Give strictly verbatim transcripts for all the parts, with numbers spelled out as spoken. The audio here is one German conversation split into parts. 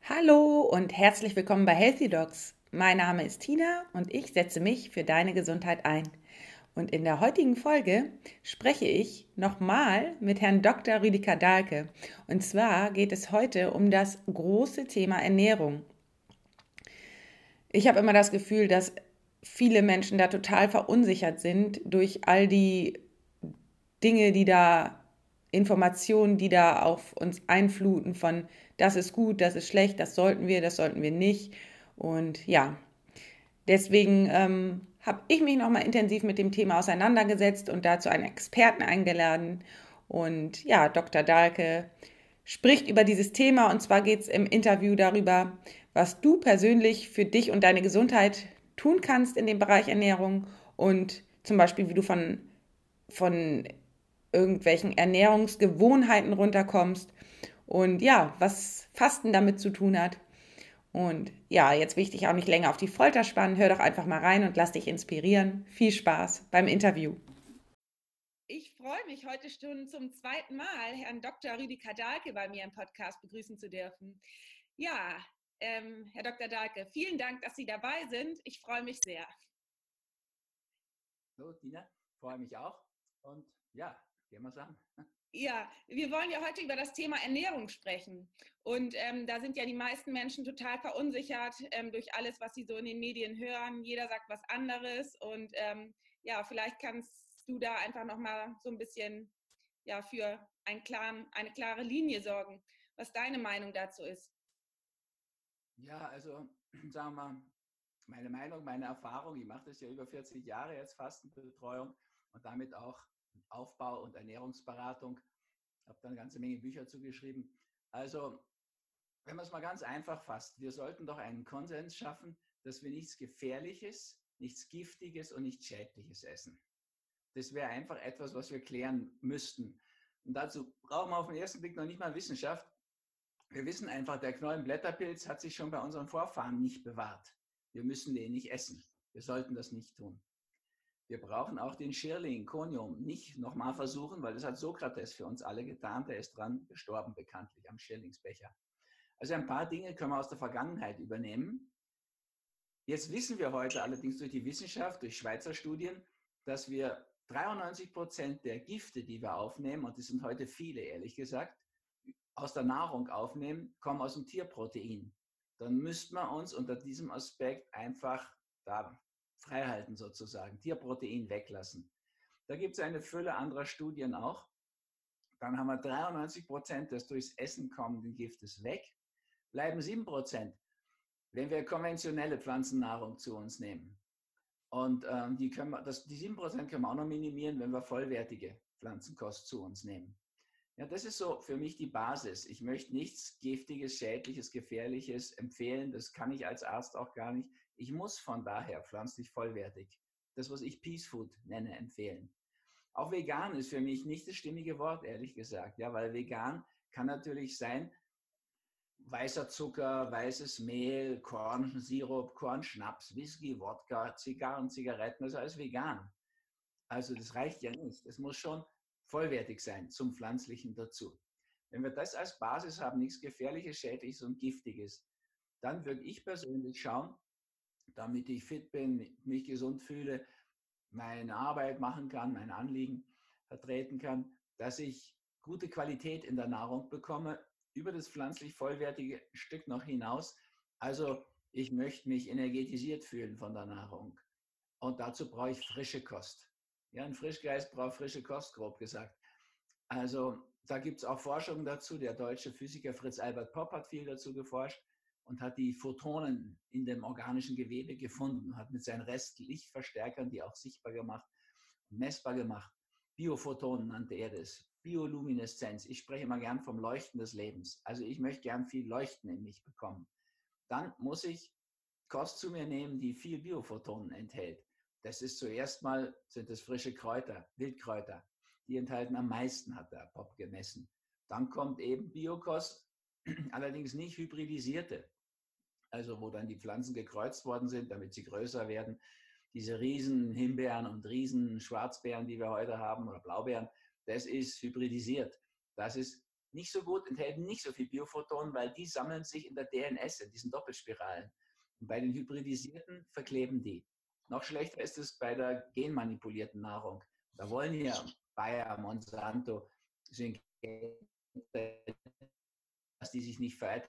Hallo und herzlich willkommen bei Healthy Dogs. Mein Name ist Tina und ich setze mich für deine Gesundheit ein. Und in der heutigen Folge spreche ich nochmal mit Herrn Doktor Rüdiger Dahlke. Und zwar geht es heute um das große Thema Ernährung. Ich habe immer das Gefühl, dass viele Menschen da total verunsichert sind durch all die Dinge, die da, Informationen, die da auf uns einfluten von das ist gut, das ist schlecht, das sollten wir, das sollten wir nicht. Und ja, deswegen ähm, habe ich mich nochmal intensiv mit dem Thema auseinandergesetzt und dazu einen Experten eingeladen. Und ja, Doktor Dahlke spricht über dieses Thema, und zwar geht es im Interview darüber, was du persönlich für dich und deine Gesundheit tun kannst in dem Bereich Ernährung und zum Beispiel, wie du von, von irgendwelchen Ernährungsgewohnheiten runterkommst und ja, was Fasten damit zu tun hat. Und ja, jetzt will ich dich auch nicht länger auf die Folter spannen. Hör doch einfach mal rein und lass dich inspirieren. Viel Spaß beim Interview. Ich freue mich heute schon zum zweiten Mal, Herrn Doktor Rüdiger Dahlke bei mir im Podcast begrüßen zu dürfen. Ja, ähm, Herr Doktor Dahlke, vielen Dank, dass Sie dabei sind. Ich freue mich sehr. Hallo Tina, freue mich auch. Und ja, gehen wir es an. Ja, wir wollen ja heute über das Thema Ernährung sprechen. Und ähm, da sind ja die meisten Menschen total verunsichert ähm, durch alles, was sie so in den Medien hören. Jeder sagt was anderes. Und ähm, ja, vielleicht kannst du da einfach nochmal so ein bisschen ja, für einen klaren, eine klare Linie sorgen, was deine Meinung dazu ist. Ja, also sagen wir mal, meine Meinung, meine Erfahrung, ich mache das ja über vierzig Jahre jetzt Fastenbetreuung und damit auch Aufbau- und Ernährungsberatung. Ich habe da eine ganze Menge Bücher zugeschrieben. Also, wenn man es mal ganz einfach fasst, wir sollten doch einen Konsens schaffen, dass wir nichts Gefährliches, nichts Giftiges und nichts Schädliches essen. Das wäre einfach etwas, was wir klären müssten. Und dazu brauchen wir auf den ersten Blick noch nicht mal Wissenschaft. Wir wissen einfach, der Knollenblätterpilz hat sich schon bei unseren Vorfahren nicht bewahrt. Wir müssen den nicht essen. Wir sollten das nicht tun. Wir brauchen auch den Schirling, Konium, nicht nochmal versuchen, weil das hat Sokrates für uns alle getan. Der ist dran gestorben, bekanntlich, am Schirlingsbecher. Also ein paar Dinge können wir aus der Vergangenheit übernehmen. Jetzt wissen wir heute allerdings durch die Wissenschaft, durch Schweizer Studien, dass wir dreiundneunzig Prozent der Gifte, die wir aufnehmen, und das sind heute viele, ehrlich gesagt, aus der Nahrung aufnehmen, kommen aus dem Tierprotein. Dann müssten wir uns unter diesem Aspekt einfach da freihalten sozusagen, Tierprotein weglassen. Da gibt es eine Fülle anderer Studien auch. Dann haben wir dreiundneunzig Prozent des durchs Essen kommenden Giftes weg, bleiben sieben Prozent, wenn wir konventionelle Pflanzennahrung zu uns nehmen. Und ähm, die, können wir, das, die sieben Prozent können wir auch noch minimieren, wenn wir vollwertige Pflanzenkost zu uns nehmen. Ja, das ist so für mich die Basis. Ich möchte nichts Giftiges, Schädliches, Gefährliches empfehlen. Das kann ich als Arzt auch gar nicht. Ich muss von daher pflanzlich vollwertig, das, was ich Peace Food nenne, empfehlen. Auch vegan ist für mich nicht das stimmige Wort, ehrlich gesagt. Ja, weil vegan kann natürlich sein, weißer Zucker, weißes Mehl, Kornsirup, Kornschnaps, Whisky, Wodka, Zigarren, Zigaretten, das ist alles vegan. Also das reicht ja nicht. Es muss schon vollwertig sein zum Pflanzlichen dazu. Wenn wir das als Basis haben, nichts Gefährliches, Schädliches und Giftiges, dann würde ich persönlich schauen, damit ich fit bin, mich gesund fühle, meine Arbeit machen kann, mein Anliegen vertreten kann, dass ich gute Qualität in der Nahrung bekomme, über das pflanzlich vollwertige Stück noch hinaus. Also ich möchte mich energetisiert fühlen von der Nahrung. Und dazu brauche ich frische Kost. Ja, ein Frischgeist braucht frische Kost, grob gesagt. Also da gibt es auch Forschungen dazu. Der deutsche Physiker Fritz Albert Popp hat viel dazu geforscht und hat die Photonen in dem organischen Gewebe gefunden, hat mit seinen Restlichtverstärkern die auch sichtbar gemacht, messbar gemacht. Biophotonen nannte er das. Biolumineszenz. Ich spreche immer gern vom Leuchten des Lebens. Also ich möchte gern viel Leuchten in mich bekommen. Dann muss ich Kost zu mir nehmen, die viel Biophotonen enthält. Das ist zuerst mal, sind es frische Kräuter, Wildkräuter. Die enthalten am meisten, hat der Pop gemessen. Dann kommt eben Biokost, allerdings nicht hybridisierte, also wo dann die Pflanzen gekreuzt worden sind, damit sie größer werden. Diese riesen Himbeeren und riesen Schwarzbeeren, die wir heute haben, oder Blaubeeren, das ist hybridisiert. Das ist Nicht so gut, enthält nicht so viel Biophotonen, weil die sammeln sich in der D N S, in diesen Doppelspiralen. Und bei den hybridisierten verkleben die. Noch schlechter ist es bei der genmanipulierten Nahrung. Da wollen ja Bayer, Monsanto, dass die sich nicht äh,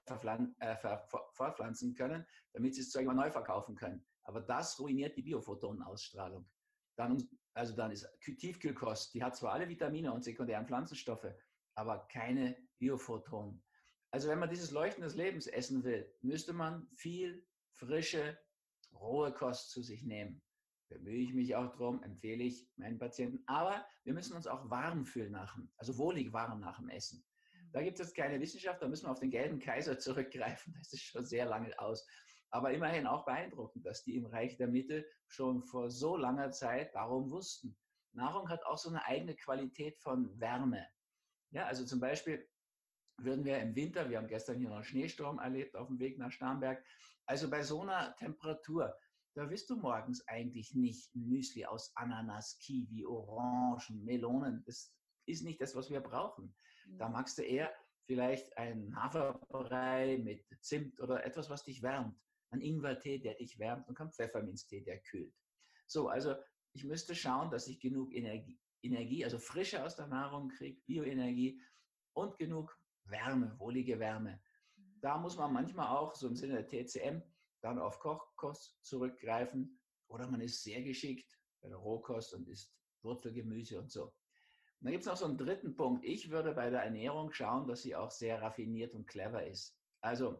fortpflanzen können, damit sie das Zeug immer neu verkaufen können. Aber das ruiniert die Biophotonenausstrahlung. Dann, also dann ist Tiefkühlkost, die hat zwar alle Vitamine und sekundären Pflanzenstoffe, aber keine Biophotonen. Also wenn man dieses Leuchten des Lebens essen will, müsste man viel frische, rohe Kost zu sich nehmen. Bemühe ich mich auch darum, empfehle ich meinen Patienten. Aber wir müssen uns auch warm fühlen nach dem, also wohlig warm nach dem Essen. Da gibt es keine Wissenschaft, da müssen wir auf den gelben Kaiser zurückgreifen. Das ist schon sehr lange aus. Aber immerhin auch beeindruckend, dass die im Reich der Mitte schon vor so langer Zeit darum wussten. Nahrung hat auch so eine eigene Qualität von Wärme. Ja, also zum Beispiel würden wir im Winter, wir haben gestern hier noch einen Schneesturm erlebt auf dem Weg nach Starnberg, also bei so einer Temperatur, da wirst du morgens eigentlich nicht ein Müsli aus Ananas, Kiwi, Orangen, Melonen. Das ist nicht das, was wir brauchen. Da magst du eher vielleicht einen Haferbrei mit Zimt oder etwas, was dich wärmt. Ein Ingwertee, der dich wärmt, und kein Pfefferminztee, der kühlt. So, also ich müsste schauen, dass ich genug Energie, Energie also Frische aus der Nahrung kriege, Bioenergie und genug Wärme, wohlige Wärme. Da muss man manchmal auch, so im Sinne der T C M, dann auf Kochkost zurückgreifen oder man ist sehr geschickt bei der Rohkost und isst Wurzelgemüse und so. Und dann gibt es noch so einen dritten Punkt. Ich würde bei der Ernährung schauen, dass sie auch sehr raffiniert und clever ist. Also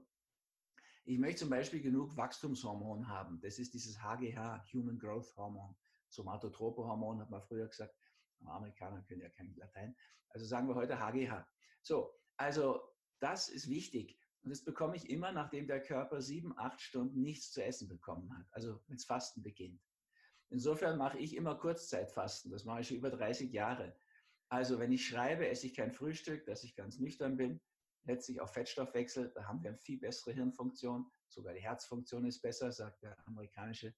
ich möchte zum Beispiel genug Wachstumshormon haben. Das ist dieses H G H, Human Growth Hormone. Somatotrope-Hormon hat man früher gesagt. Amerikaner können ja kein Latein. Also sagen wir heute H G H. So, also das ist wichtig. Und das bekomme ich immer, nachdem der Körper sieben, acht Stunden nichts zu essen bekommen hat. Also wenn das Fasten beginnt. Insofern mache ich immer Kurzzeitfasten. Das mache ich schon über dreißig Jahre. Also wenn ich schreibe, esse ich kein Frühstück, dass ich ganz nüchtern bin. Letztlich auf Fettstoffwechsel, da haben wir eine viel bessere Hirnfunktion. Sogar die Herzfunktion ist besser, sagt der amerikanische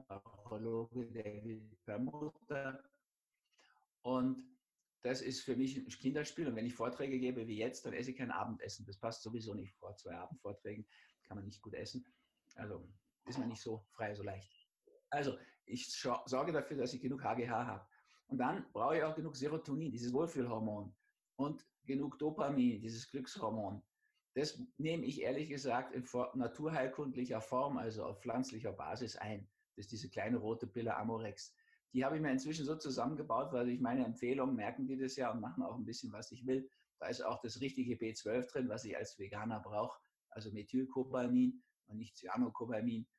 Neurologe David Perlmutter. Und das ist für mich ein Kinderspiel. Und wenn ich Vorträge gebe wie jetzt, dann esse ich kein Abendessen. Das passt sowieso nicht. Vor zwei Abendvorträgen kann man nicht gut essen. Also ist man nicht so frei, so leicht. Also ich sorge dafür, dass ich genug H G H habe. Und dann brauche ich auch genug Serotonin, dieses Wohlfühlhormon. Und genug Dopamin, dieses Glückshormon. Das nehme ich ehrlich gesagt in naturheilkundlicher Form, also auf pflanzlicher Basis ein. Das ist diese kleine rote Pille Amorex. Die habe ich mir inzwischen so zusammengebaut, weil durch meine Empfehlung merken die das ja und machen auch ein bisschen, was ich will. Da ist auch das richtige B zwölf drin, was ich als Veganer brauche, also Methylcobalamin und nicht Cyanocobalamin.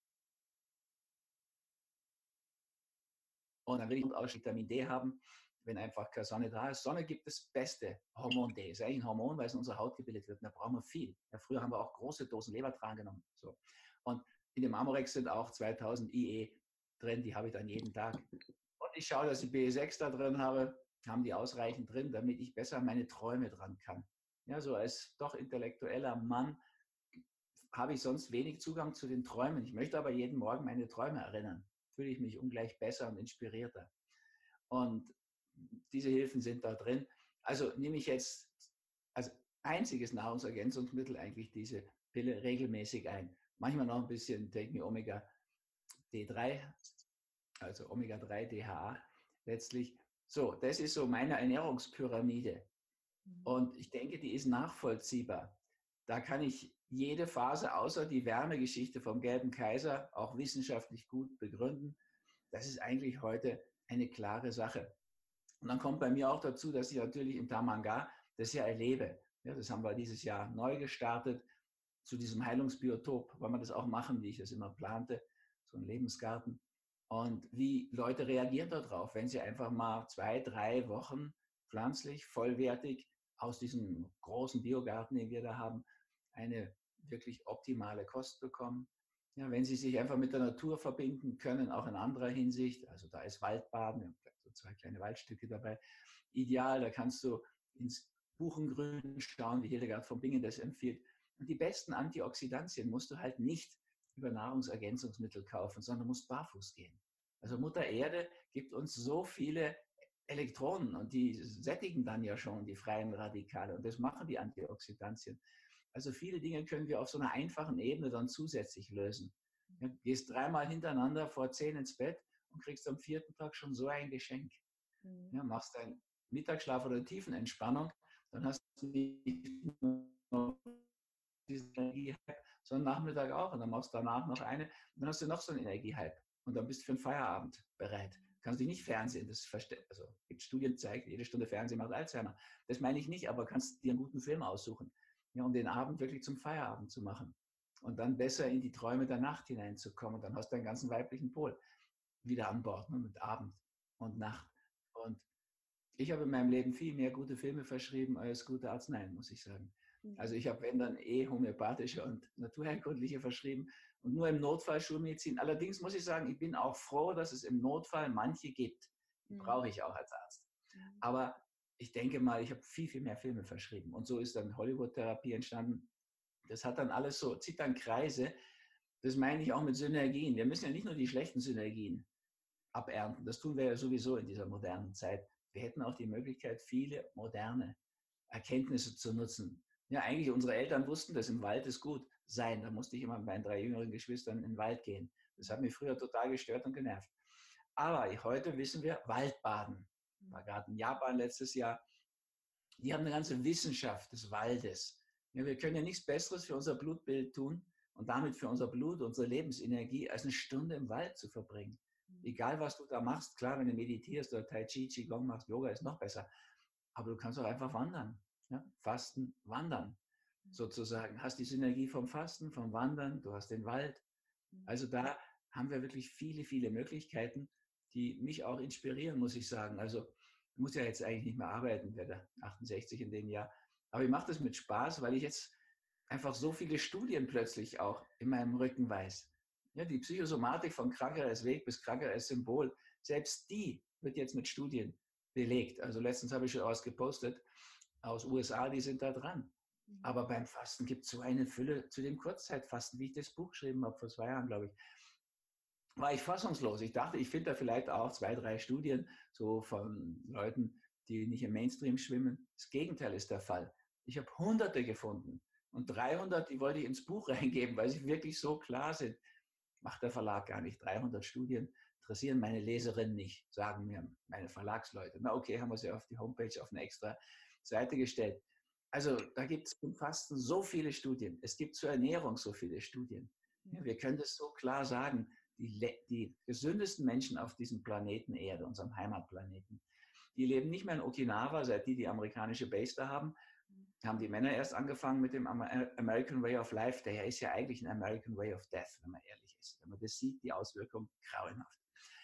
Und dann will ich auch Vitamin D haben, wenn einfach keine Sonne da ist. Sonne gibt das beste Hormon D. Das ist eigentlich ein Hormon, weil es in unserer Haut gebildet wird. Und da brauchen wir viel. Ja, früher haben wir auch große Dosen Lebertran genommen. So. Und in dem Amorex sind auch zweitausend I E drin, die habe ich dann jeden Tag. Und ich schaue, dass ich B sechs da drin habe, haben die ausreichend drin, damit ich besser an meine Träume dran kann. Ja, so als doch intellektueller Mann habe ich sonst wenig Zugang zu den Träumen. Ich möchte aber jeden Morgen meine Träume erinnern. Fühle ich mich ungleich besser und inspirierter. Und diese Hilfen sind da drin. Also nehme ich jetzt als einziges Nahrungsergänzungsmittel eigentlich diese Pille regelmäßig ein. Manchmal noch ein bisschen Take Me Omega D drei, also Omega drei D H A letztlich. So, das ist so meine Ernährungspyramide. Und ich denke, die ist nachvollziehbar. Da kann ich jede Phase außer die Wärmegeschichte vom Gelben Kaiser auch wissenschaftlich gut begründen. Das ist eigentlich heute eine klare Sache. Und dann kommt bei mir auch dazu, dass ich natürlich im Tamanga das ja erlebe. Ja, das haben wir dieses Jahr neu gestartet zu diesem Heilungsbiotop, weil wir das auch machen, wie ich das immer plante, so ein Lebensgarten. Und wie Leute reagieren darauf, wenn sie einfach mal zwei, drei Wochen pflanzlich, vollwertig aus diesem großen Biogarten, den wir da haben, eine wirklich optimale Kost bekommen. Ja, wenn sie sich einfach mit der Natur verbinden können, auch in anderer Hinsicht, also da ist Waldbaden, wir haben so zwei kleine Waldstücke dabei, ideal, da kannst du ins Buchengrün schauen, wie Hildegard von Bingen das empfiehlt. Und die besten Antioxidantien musst du halt nicht über Nahrungsergänzungsmittel kaufen, sondern musst barfuß gehen. Also Mutter Erde gibt uns so viele Elektronen und die sättigen dann ja schon die freien Radikale und das machen die Antioxidantien. Also viele Dinge können wir auf so einer einfachen Ebene dann zusätzlich lösen. Ja, gehst dreimal hintereinander vor zehn ins Bett und kriegst am vierten Tag schon so ein Geschenk. Ja, machst deinen Mittagsschlaf oder Tiefenentspannung, dann hast du nicht nur diese Energiehype, sondern Nachmittag auch und dann machst du danach noch eine und dann hast du noch so einen Energiehype und dann bist du für den Feierabend bereit. Kannst dich nicht fernsehen, das also gibt Studien zeigt, jede Stunde Fernsehen macht Alzheimer. Das meine ich nicht, aber kannst dir einen guten Film aussuchen, ja, um den Abend wirklich zum Feierabend zu machen und dann besser in die Träume der Nacht hineinzukommen und dann hast du einen ganzen weiblichen Pol wieder an Bord, ne, mit Abend und Nacht. Und ich habe in meinem Leben viel mehr gute Filme verschrieben als gute Arzneien, muss ich sagen. Also ich habe, wenn dann, eh homöopathische und naturheilkundliche verschrieben und nur im Notfall Schulmedizin. Allerdings muss ich sagen, ich bin auch froh, dass es im Notfall manche gibt. Die mhm. brauche ich auch als Arzt. Mhm. Aber ich denke mal, ich habe viel, viel mehr Filme verschrieben. Und so ist dann Hollywood-Therapie entstanden. Das hat dann alles so, zieht dann Kreise. Das meine ich auch mit Synergien. Wir müssen ja nicht nur die schlechten Synergien abernten. Das tun wir ja sowieso in dieser modernen Zeit. Wir hätten auch die Möglichkeit, viele moderne Erkenntnisse zu nutzen. Ja, eigentlich unsere Eltern wussten das, im Wald ist gut sein. Da musste ich immer mit meinen drei jüngeren Geschwistern in den Wald gehen. Das hat mich früher total gestört und genervt. Aber heute wissen wir, Waldbaden. War gerade in Japan letztes Jahr. Die haben eine ganze Wissenschaft des Waldes. Ja, wir können ja nichts Besseres für unser Blutbild tun und damit für unser Blut, unsere Lebensenergie, als eine Stunde im Wald zu verbringen. Egal, was du da machst, klar, wenn du meditierst oder Tai Chi, Qigong machst, Yoga ist noch besser. Aber du kannst auch einfach wandern. Ja? Fasten, wandern sozusagen. Hast die Synergie vom Fasten, vom Wandern, du hast den Wald. Also da haben wir wirklich viele, viele Möglichkeiten, die mich auch inspirieren, muss ich sagen. Also ich muss ja jetzt eigentlich nicht mehr arbeiten, werde achtundsechzig in dem Jahr. Aber ich mache das mit Spaß, weil ich jetzt einfach so viele Studien plötzlich auch in meinem Rücken weiß. Ja, die Psychosomatik von Krankheit als Weg bis Krankheit als Symbol, selbst die wird jetzt mit Studien belegt. Also letztens habe ich schon was gepostet aus U S A, die sind da dran. Aber beim Fasten gibt es so eine Fülle, zu dem Kurzzeitfasten, wie ich das Buch geschrieben habe, vor zwei Jahren, glaube ich, war ich fassungslos. Ich dachte, ich finde da vielleicht auch zwei, drei Studien so von Leuten, die nicht im Mainstream schwimmen. Das Gegenteil ist der Fall. Ich habe Hunderte gefunden und dreihundert, die wollte ich ins Buch reingeben, weil sie wirklich so klar sind. Macht der Verlag gar nicht. dreihundert Studien interessieren meine Leserinnen nicht, sagen mir meine Verlagsleute. Na okay, haben wir sie auf die Homepage auf eine extra Seite gestellt. Also da gibt es zum Fasten so viele Studien. Es gibt zur Ernährung so viele Studien. Ja, wir können das so klar sagen. Die, die gesündesten Menschen auf diesem Planeten Erde, unserem Heimatplaneten, die leben nicht mehr in Okinawa, seit die die amerikanische Base da haben, haben die Männer erst angefangen mit dem American Way of Life. Der ist ja eigentlich ein American Way of Death, wenn man ehrlich ist. Wenn man das sieht, die Auswirkung grauenhaft.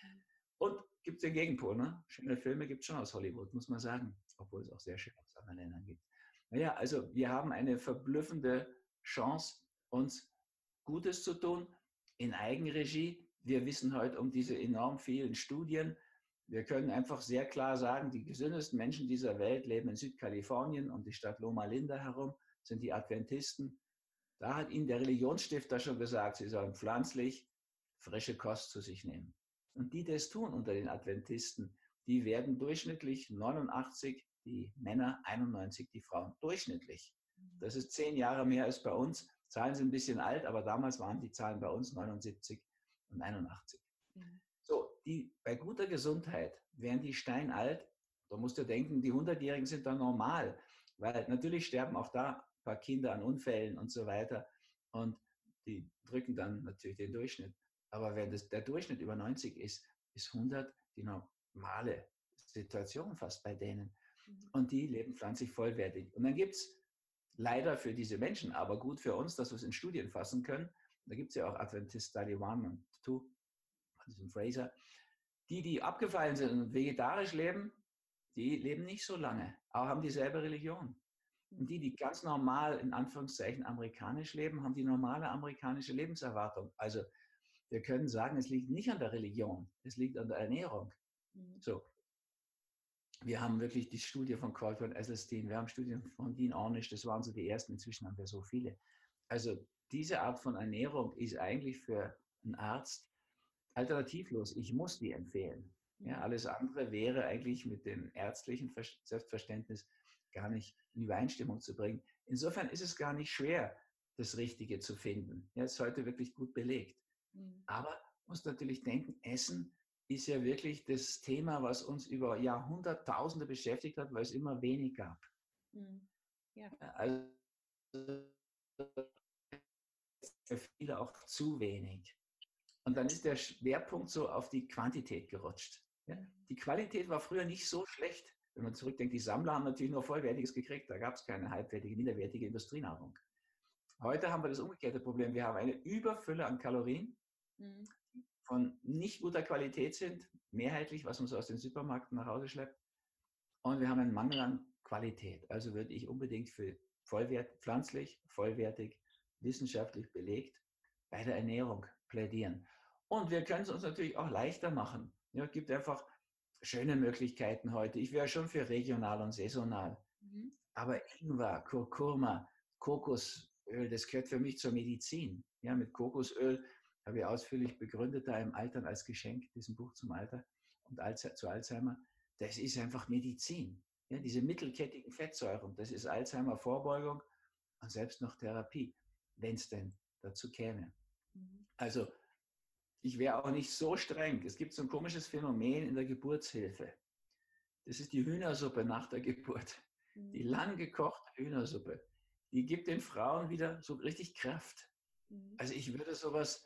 Und gibt es den Gegenpol, ne? Schöne Filme gibt es schon aus Hollywood, muss man sagen. Obwohl es auch sehr schön aus anderen Ländern gibt. Naja, also wir haben eine verblüffende Chance, uns Gutes zu tun in Eigenregie. Wir wissen heute um diese enorm vielen Studien. Wir können einfach sehr klar sagen, die gesündesten Menschen dieser Welt leben in Südkalifornien und die Stadt Loma Linda herum sind die Adventisten. Da hat ihnen der Religionsstifter schon gesagt, sie sollen pflanzlich frische Kost zu sich nehmen. Und die das tun unter den Adventisten, die werden durchschnittlich neunundachtzig, die Männer, einundneunzig, die Frauen. Durchschnittlich. Das ist zehn Jahre mehr als bei uns. Zahlen sind ein bisschen alt, aber damals waren die Zahlen bei uns neunundsiebzig und einundachtzig. Mhm. So, die, bei guter Gesundheit wären die steinalt. Da musst du denken, die hundertjährigen sind dann normal, weil natürlich sterben auch da ein paar Kinder an Unfällen und so weiter und die drücken dann natürlich den Durchschnitt. Aber wenn das, der Durchschnitt über neunzig ist, ist hundert die normale Situation fast bei denen. Und die leben pflanzlich vollwertig. Und dann gibt es leider für diese Menschen, aber gut für uns, dass wir es in Studien fassen können. Da gibt es ja auch Adventist Study One und Two, von diesem Fraser. Die, die abgefallen sind und vegetarisch leben, die leben nicht so lange, aber haben dieselbe Religion. Und die, die ganz normal, in Anführungszeichen, amerikanisch leben, haben die normale amerikanische Lebenserwartung. Also wir können sagen, es liegt nicht an der Religion, es liegt an der Ernährung. So. Wir haben wirklich die Studie von Colton Esselstyn, wir haben Studien von Dean Ornish, das waren so die ersten, inzwischen haben wir so viele. Also diese Art von Ernährung ist eigentlich für einen Arzt alternativlos. Ich muss die empfehlen. Ja, alles andere wäre eigentlich mit dem ärztlichen Selbstverständnis gar nicht in Übereinstimmung zu bringen. Insofern ist es gar nicht schwer, das Richtige zu finden. Ja, ist heute wirklich gut belegt. Mhm. Aber muss natürlich denken, Essen ist ja wirklich das Thema, was uns über Jahrhunderttausende beschäftigt hat, weil es immer wenig gab. Mhm. Ja. Also für viele auch zu wenig. Und dann ist der Schwerpunkt so auf die Quantität gerutscht. Ja? Die Qualität war früher nicht so schlecht. Wenn man zurückdenkt, die Sammler haben natürlich nur Vollwertiges gekriegt, da gab es keine halbwertige, minderwertige Industrienahrung. Heute haben wir das umgekehrte Problem. Wir haben eine Überfülle an Kalorien, mhm. von nicht guter Qualität sind, mehrheitlich, was man so aus den Supermärkten nach Hause schleppt. Und wir haben einen Mangel an Qualität. Also würde ich unbedingt für vollwert, pflanzlich, vollwertig, wissenschaftlich belegt bei der Ernährung plädieren. Und wir können es uns natürlich auch leichter machen. Ja, es gibt einfach schöne Möglichkeiten heute. Ich wäre schon für regional und saisonal. Mhm. Aber Ingwer, Kurkuma, Kokosöl, das gehört für mich zur Medizin. Ja, mit Kokosöl habe ich ausführlich begründet, da im Altern als Geschenk, diesem Buch zum Alter und zu Alzheimer. Das ist einfach Medizin. Ja, diese mittelkettigen Fettsäuren, das ist Alzheimer-Vorbeugung und selbst noch Therapie, wenn es denn dazu käme. Mhm. Also ich wäre auch nicht so streng. Es gibt so ein komisches Phänomen in der Geburtshilfe. Das ist die Hühnersuppe nach der Geburt. Mhm. Die lang gekochte Hühnersuppe. Die gibt den Frauen wieder so richtig Kraft. Mhm. Also ich würde sowas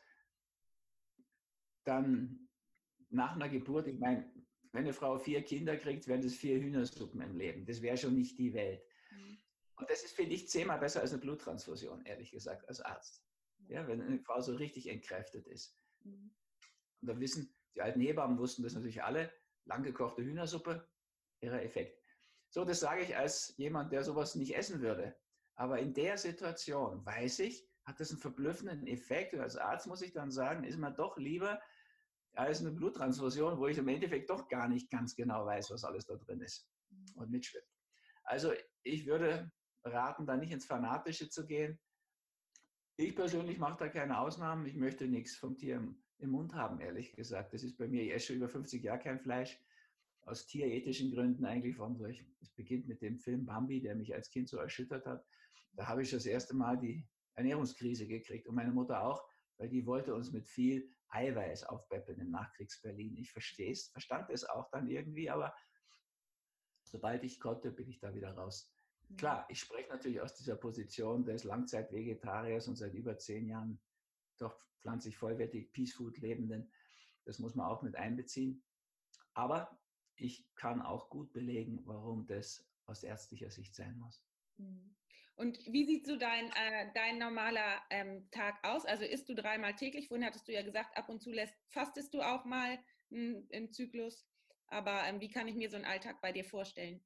dann nach einer Geburt, ich meine, wenn eine Frau vier Kinder kriegt, wären das vier Hühnersuppen im Leben. Das wäre schon nicht die Welt. Mhm. Und das ist, finde ich, zehnmal besser als eine Bluttransfusion, ehrlich gesagt, als Arzt. Ja, wenn eine Frau so richtig entkräftet ist. Mhm. Und da wissen, die alten Hebammen wussten das natürlich alle, lang gekochte Hühnersuppe, ihrer Effekt. So, das sage ich als jemand, der sowas nicht essen würde. Aber in der Situation, weiß ich, hat das einen verblüffenden Effekt. Und als Arzt muss ich dann sagen, ist mir doch lieber als eine Bluttransfusion, wo ich im Endeffekt doch gar nicht ganz genau weiß, was alles da drin ist und mitschwimmt. Also ich würde raten, da nicht ins Fanatische zu gehen. Ich persönlich mache da keine Ausnahmen. Ich möchte nichts vom Tier im, im Mund haben, ehrlich gesagt. Das ist bei mir, ich esse schon über fünfzig Jahre kein Fleisch. Aus tierethischen Gründen eigentlich. Es beginnt mit dem Film Bambi, der mich als Kind so erschüttert hat. Da habe ich das erste Mal die Ernährungskrise gekriegt und meine Mutter auch, weil die wollte uns mit viel Eiweiß aufpäppeln im Nachkriegs-Berlin. Ich verstehe es, verstand es auch dann irgendwie, aber sobald ich konnte, bin ich da wieder raus. Klar, ich spreche natürlich aus dieser Position des Langzeit-Vegetariers und seit über zehn Jahren doch pflanzlich vollwertig Peace Food lebenden. Das muss man auch mit einbeziehen. Aber ich kann auch gut belegen, warum das aus ärztlicher Sicht sein muss. Und wie sieht so dein, äh, dein normaler ähm, Tag aus? Also isst du dreimal täglich? Vorhin hattest du ja gesagt, ab und zu lässt, fastest du auch mal m, im Zyklus. Aber ähm, wie kann ich mir so einen Alltag bei dir vorstellen?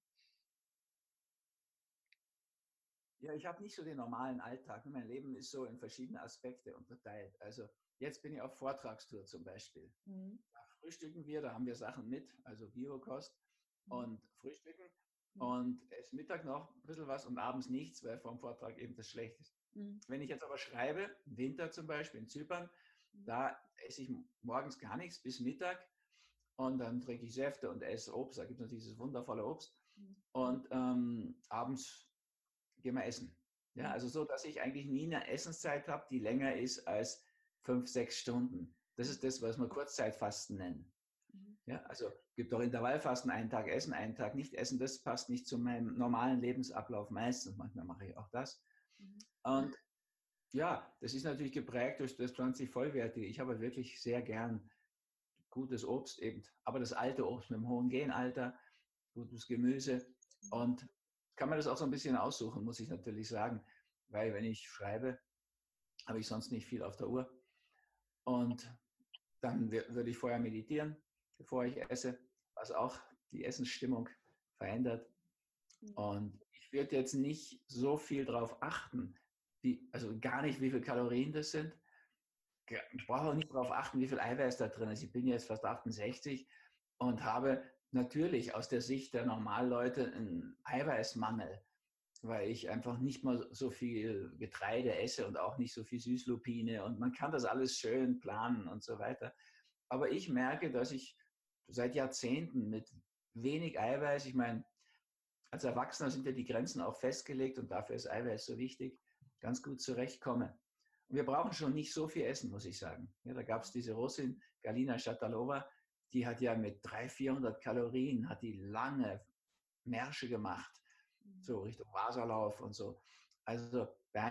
Ja, ich habe nicht so den normalen Alltag. Mein Leben ist so in verschiedene Aspekte unterteilt. Also jetzt bin ich auf Vortragstour zum Beispiel. Mhm. Da frühstücken wir, da haben wir Sachen mit, also Biokost mhm. und frühstücken. Mhm. Und es Mittag noch ein bisschen was und abends nichts, weil vor dem Vortrag eben das schlecht ist. Mhm. Wenn ich jetzt aber schreibe, im Winter zum Beispiel in Zypern, mhm. da esse ich morgens gar nichts bis Mittag und dann trinke ich Säfte und esse Obst. Da gibt es natürlich dieses wundervolle Obst. Mhm. Und ähm, abends gehen wir essen. Ja, also so, dass ich eigentlich nie eine Essenszeit habe, die länger ist als fünf, sechs Stunden. Das ist das, was wir Kurzzeitfasten nennen. Ja, also es gibt auch Intervallfasten, einen Tag essen, einen Tag nicht essen. Das passt nicht zu meinem normalen Lebensablauf meistens. Manchmal mache ich auch das. Und ja, das ist natürlich geprägt durch das pflanzlich Vollwertige. Ich habe wirklich sehr gern gutes Obst eben, aber das alte Obst mit dem hohen Genalter, gutes Gemüse und kann man das auch so ein bisschen aussuchen, muss ich natürlich sagen, weil wenn ich schreibe, habe ich sonst nicht viel auf der Uhr. Und dann würde ich vorher meditieren, bevor ich esse, was auch die Essensstimmung verändert. Und ich würde jetzt nicht so viel darauf achten, wie, also gar nicht, wie viele Kalorien das sind. Ich brauche auch nicht darauf achten, wie viel Eiweiß da drin ist. Ich bin jetzt fast achtundsechzig und habe natürlich aus der Sicht der Normalleute einen Eiweißmangel, weil ich einfach nicht mal so viel Getreide esse und auch nicht so viel Süßlupine und man kann das alles schön planen und so weiter. Aber ich merke, dass ich seit Jahrzehnten mit wenig Eiweiß. Ich meine, als Erwachsener sind ja die Grenzen auch festgelegt und dafür ist Eiweiß so wichtig, ganz gut zurechtkomme. Und wir brauchen schon nicht so viel Essen, muss ich sagen. Ja, da gab es diese Russin, Galina Shatalova, die hat ja mit dreihundert, vierhundert Kalorien, hat die lange Märsche gemacht, so Richtung Wasserlauf und so. Also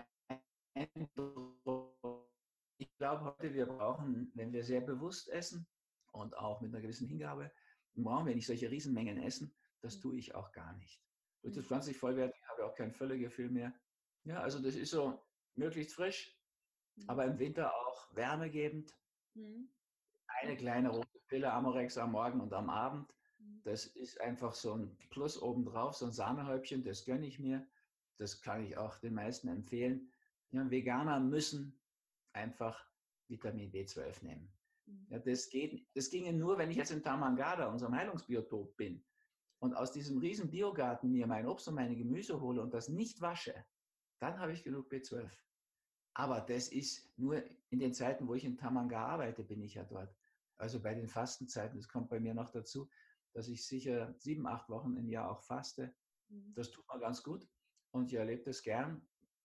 ich glaube heute, wir brauchen, wenn wir sehr bewusst essen und auch mit einer gewissen Hingabe, brauchen wir nicht solche Riesenmengen essen. Das tue ich auch gar nicht. Durch das pflanzlich Vollwertige habe ich auch kein Völlegefühl mehr. Ja, also das ist so möglichst frisch, aber im Winter auch wärmegebend. Mhm. Eine kleine rote Pille Amorex am Morgen und am Abend. Das ist einfach so ein Plus obendrauf, so ein Sahnehäubchen, das gönne ich mir. Das kann ich auch den meisten empfehlen. Ja, Veganer müssen einfach Vitamin B zwölf nehmen. Ja, das, geht, das ginge nur, wenn ich jetzt in Tamangada, unserem Heilungsbiotop, bin und aus diesem riesen Biogarten mir mein Obst und meine Gemüse hole und das nicht wasche, dann habe ich genug B zwölf. Aber das ist nur in den Zeiten, wo ich in Tamanga arbeite, bin ich ja dort. Also bei den Fastenzeiten, das kommt bei mir noch dazu, dass ich sicher sieben, acht Wochen im Jahr auch faste. Das tut mir ganz gut und ich erlebe das gern.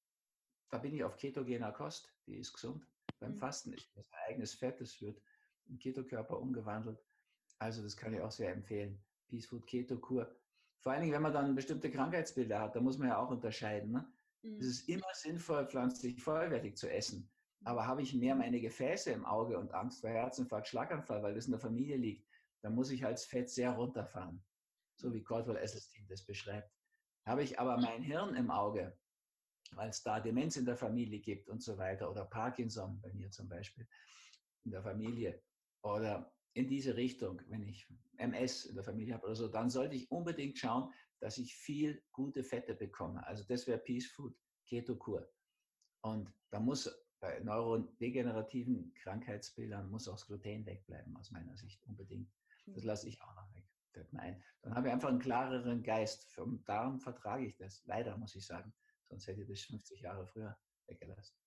Da bin ich auf ketogener Kost, die ist gesund. Beim Fasten ist das eigenes Fett, das wird im Ketokörper umgewandelt. Also das kann ich auch sehr empfehlen. Peace Food Keto Kur. Vor allen Dingen, wenn man dann bestimmte Krankheitsbilder hat, da muss man ja auch unterscheiden. Ne? Mhm. Es ist immer sinnvoll, pflanzlich vollwertig zu essen. Aber habe ich mehr meine Gefäße im Auge und Angst vor Herzinfarkt, Schlaganfall, weil das in der Familie liegt, dann muss ich halt das Fett sehr runterfahren. So wie Caldwell Esselstyn das beschreibt. Habe ich aber mein Hirn im Auge, weil es da Demenz in der Familie gibt und so weiter oder Parkinson bei mir zum Beispiel in der Familie oder in diese Richtung, wenn ich M S in der Familie habe oder so, dann sollte ich unbedingt schauen, dass ich viel gute Fette bekomme. Also das wäre Peace Food Keto Kur. Und da muss bei neurodegenerativen Krankheitsbildern muss auch das Gluten wegbleiben, aus meiner Sicht unbedingt. Das lasse ich auch noch weg. Fällt mir ein. Dann habe ich einfach einen klareren Geist. Vom Darm vertrage ich das. Leider, muss ich sagen. Sonst hätte ich das fünfzig Jahre früher weggelassen.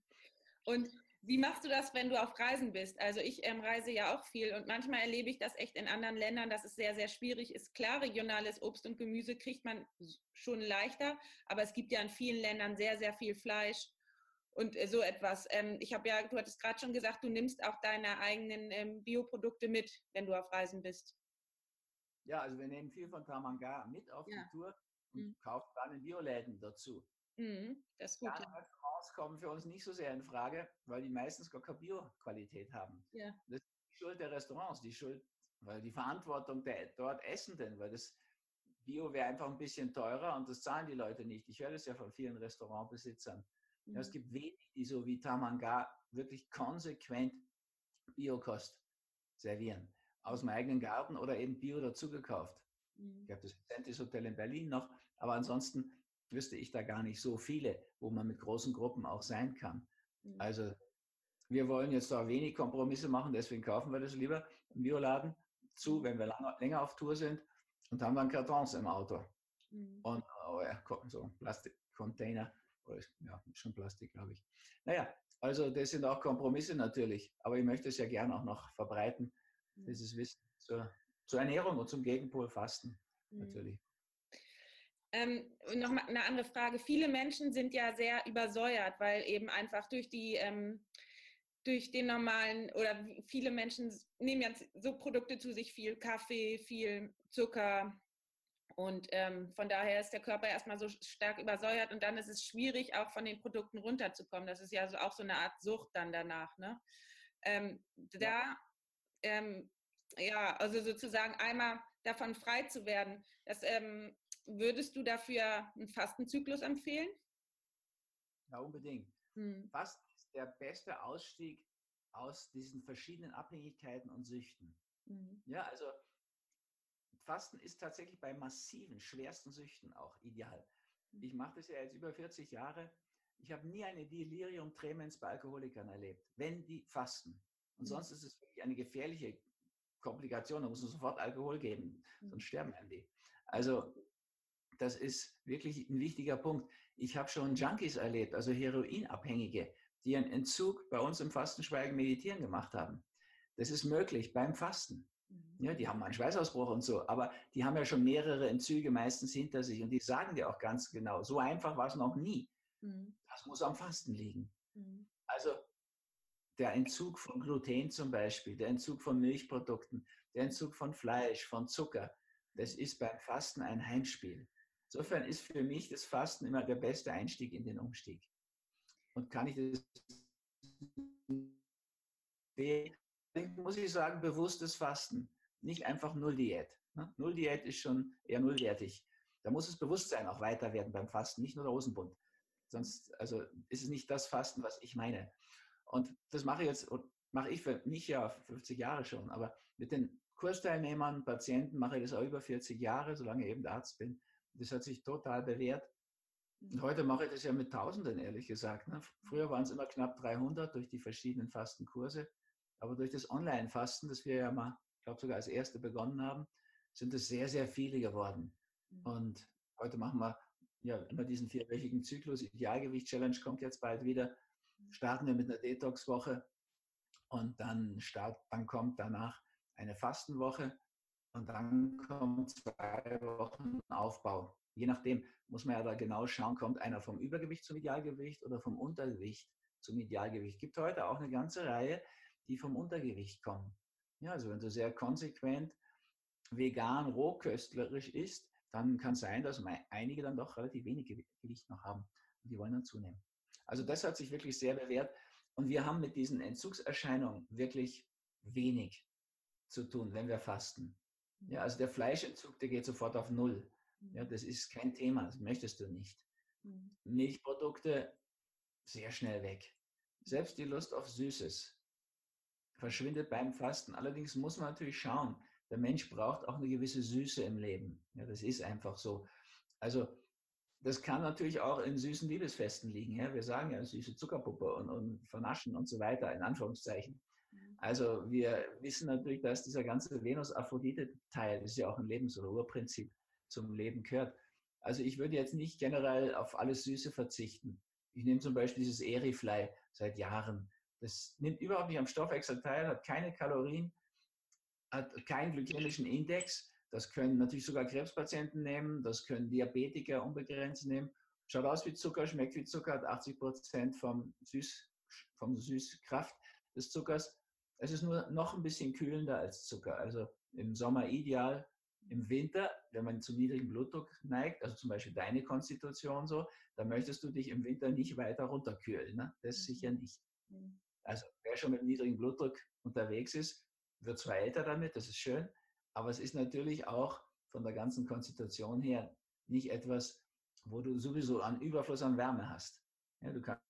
Und wie machst du das, wenn du auf Reisen bist? Also ich ähm, reise ja auch viel und manchmal erlebe ich das echt in anderen Ländern, dass es sehr, sehr schwierig ist. Klar, regionales Obst und Gemüse kriegt man schon leichter, aber es gibt ja in vielen Ländern sehr, sehr viel Fleisch und äh, so etwas. Ähm, ich habe ja, du hattest gerade schon gesagt, du nimmst auch deine eigenen ähm, Bioprodukte mit, wenn du auf Reisen bist. Ja, also wir nehmen viel von Tamanga mit auf ja. die Tour und mhm. kaufen dann in Bioläden dazu. Mhm, das ist gut. Ja. Restaurants kommen für uns nicht so sehr in Frage, weil die meistens gar keine Bio-Qualität haben. Ja. Das ist die Schuld der Restaurants, die Schuld, weil die Verantwortung der dort Essenden, weil das Bio wäre einfach ein bisschen teurer und das zahlen die Leute nicht. Ich höre das ja von vielen Restaurantbesitzern. Mhm. Ja, es gibt wenig, die so wie Tamanga wirklich konsequent Biokost servieren. Aus dem eigenen Garten oder eben Bio dazugekauft. Mhm. Ich habe das Sentis Hotel in Berlin noch, aber ansonsten wüsste ich da gar nicht so viele, wo man mit großen Gruppen auch sein kann. Mhm. Also wir wollen jetzt da wenig Kompromisse machen, deswegen kaufen wir das lieber im Bioladen zu, wenn wir lang, länger auf Tour sind und haben dann Kartons im Auto. Mhm. Und oh ja, so Plastikcontainer, ja, schon Plastik, glaube ich. Naja, also das sind auch Kompromisse natürlich, aber ich möchte es ja gerne auch noch verbreiten, mhm. dieses Wissen zur, zur Ernährung und zum Gegenpol Fasten, mhm. natürlich. Ähm, noch mal eine andere Frage. Viele Menschen sind ja sehr übersäuert, weil eben einfach durch die ähm, durch den normalen oder viele Menschen nehmen ja so Produkte zu sich, viel Kaffee, viel Zucker und ähm, von daher ist der Körper erstmal so stark übersäuert und dann ist es schwierig, auch von den Produkten runterzukommen. Das ist ja so, auch so eine Art Sucht dann danach. Ne? Ähm, da ja. Ähm, ja, also sozusagen einmal davon frei zu werden, das ähm, würdest du dafür einen Fastenzyklus empfehlen? Ja, unbedingt. Hm. Fasten ist der beste Ausstieg aus diesen verschiedenen Abhängigkeiten und Süchten. Hm. Ja, also Fasten ist tatsächlich bei massiven, schwersten Süchten auch ideal. Hm. Ich mache das ja jetzt über vierzig Jahre. Ich habe nie eine Delirium-Tremens bei Alkoholikern erlebt, wenn die fasten. Und hm. sonst ist es wirklich eine gefährliche Komplikation, da muss man sofort Alkohol geben, hm. sonst sterben die. Also das ist wirklich ein wichtiger Punkt. Ich habe schon Junkies erlebt, also Heroinabhängige, die einen Entzug bei uns im Fastenschweigen Meditieren gemacht haben. Das ist möglich beim Fasten. Mhm. Ja, die haben einen Schweißausbruch und so, aber die haben ja schon mehrere Entzüge meistens hinter sich und die sagen dir auch ganz genau, so einfach war es noch nie. Mhm. Das muss am Fasten liegen. Mhm. Also der Entzug von Gluten zum Beispiel, der Entzug von Milchprodukten, der Entzug von Fleisch, von Zucker, das ist beim Fasten ein Heimspiel. Insofern ist für mich das Fasten immer der beste Einstieg in den Umstieg. Und kann ich das, muss ich sagen, bewusstes Fasten, nicht einfach Null-Diät. Null-Diät ist schon eher nullwertig. Da muss das Bewusstsein auch weiter werden beim Fasten, nicht nur der Hosenbund. Sonst also ist es nicht das Fasten, was ich meine. Und das mache ich jetzt, mache ich für mich ja fünfzig Jahre schon, aber mit den Kursteilnehmern, Patienten mache ich das auch über vierzig Jahre, solange ich eben Arzt bin. Das hat sich total bewährt. Und heute mache ich das ja mit Tausenden, ehrlich gesagt. Ne? Früher waren es immer knapp dreihundert durch die verschiedenen Fastenkurse. Aber durch das Online-Fasten, das wir ja mal, ich glaube sogar als erste begonnen haben, sind es sehr, sehr viele geworden. Und heute machen wir ja immer diesen vierwöchigen Zyklus. Idealgewicht-Challenge kommt jetzt bald wieder. Starten wir mit einer Detox-Woche und dann, start, dann kommt danach eine Fastenwoche und dann kommt zwei Wochen Aufbau. Je nachdem muss man ja da genau schauen, kommt einer vom Übergewicht zum Idealgewicht oder vom Untergewicht zum Idealgewicht. Es gibt heute auch eine ganze Reihe, die vom Untergewicht kommen. Ja, also wenn du sehr konsequent vegan, rohköstlerisch isst, dann kann es sein, dass einige dann doch relativ wenig Gewicht noch haben und die wollen dann zunehmen. Also das hat sich wirklich sehr bewährt und wir haben mit diesen Entzugserscheinungen wirklich wenig zu tun, wenn wir fasten. Ja, also der Fleischentzug, der geht sofort auf Null. Ja, das ist kein Thema, das möchtest du nicht. Milchprodukte sehr schnell weg. Selbst die Lust auf Süßes verschwindet beim Fasten. Allerdings muss man natürlich schauen, der Mensch braucht auch eine gewisse Süße im Leben. Ja, das ist einfach so. Also das kann natürlich auch in süßen Liebesfesten liegen. Ja? Wir sagen ja süße Zuckerpuppe und, und vernaschen und so weiter, in Anführungszeichen. Also wir wissen natürlich, dass dieser ganze Venus-Aphrodite-Teil, das ist ja auch ein Lebens- oder Urprinzip, zum Leben gehört. Also ich würde jetzt nicht generell auf alles Süße verzichten. Ich nehme zum Beispiel dieses Erifly seit Jahren. Das nimmt überhaupt nicht am Stoffwechsel teil, hat keine Kalorien, hat keinen glykämischen Index. Das können natürlich sogar Krebspatienten nehmen, das können Diabetiker unbegrenzt nehmen. Schaut aus wie Zucker, schmeckt wie Zucker, hat achtzig Prozent vom, Süß, vom Süßkraft des Zuckers. Es ist nur noch ein bisschen kühlender als Zucker. Also im Sommer ideal, im Winter, wenn man zum niedrigen Blutdruck neigt, also zum Beispiel deine Konstitution so, dann möchtest du dich im Winter nicht weiter runterkühlen. Ne? Das sicher nicht. Also wer schon mit niedrigem Blutdruck unterwegs ist, wird zwar älter damit, das ist schön, aber es ist natürlich auch von der ganzen Konstitution her nicht etwas, wo du sowieso einen Überfluss an Wärme hast. Ja, du kannst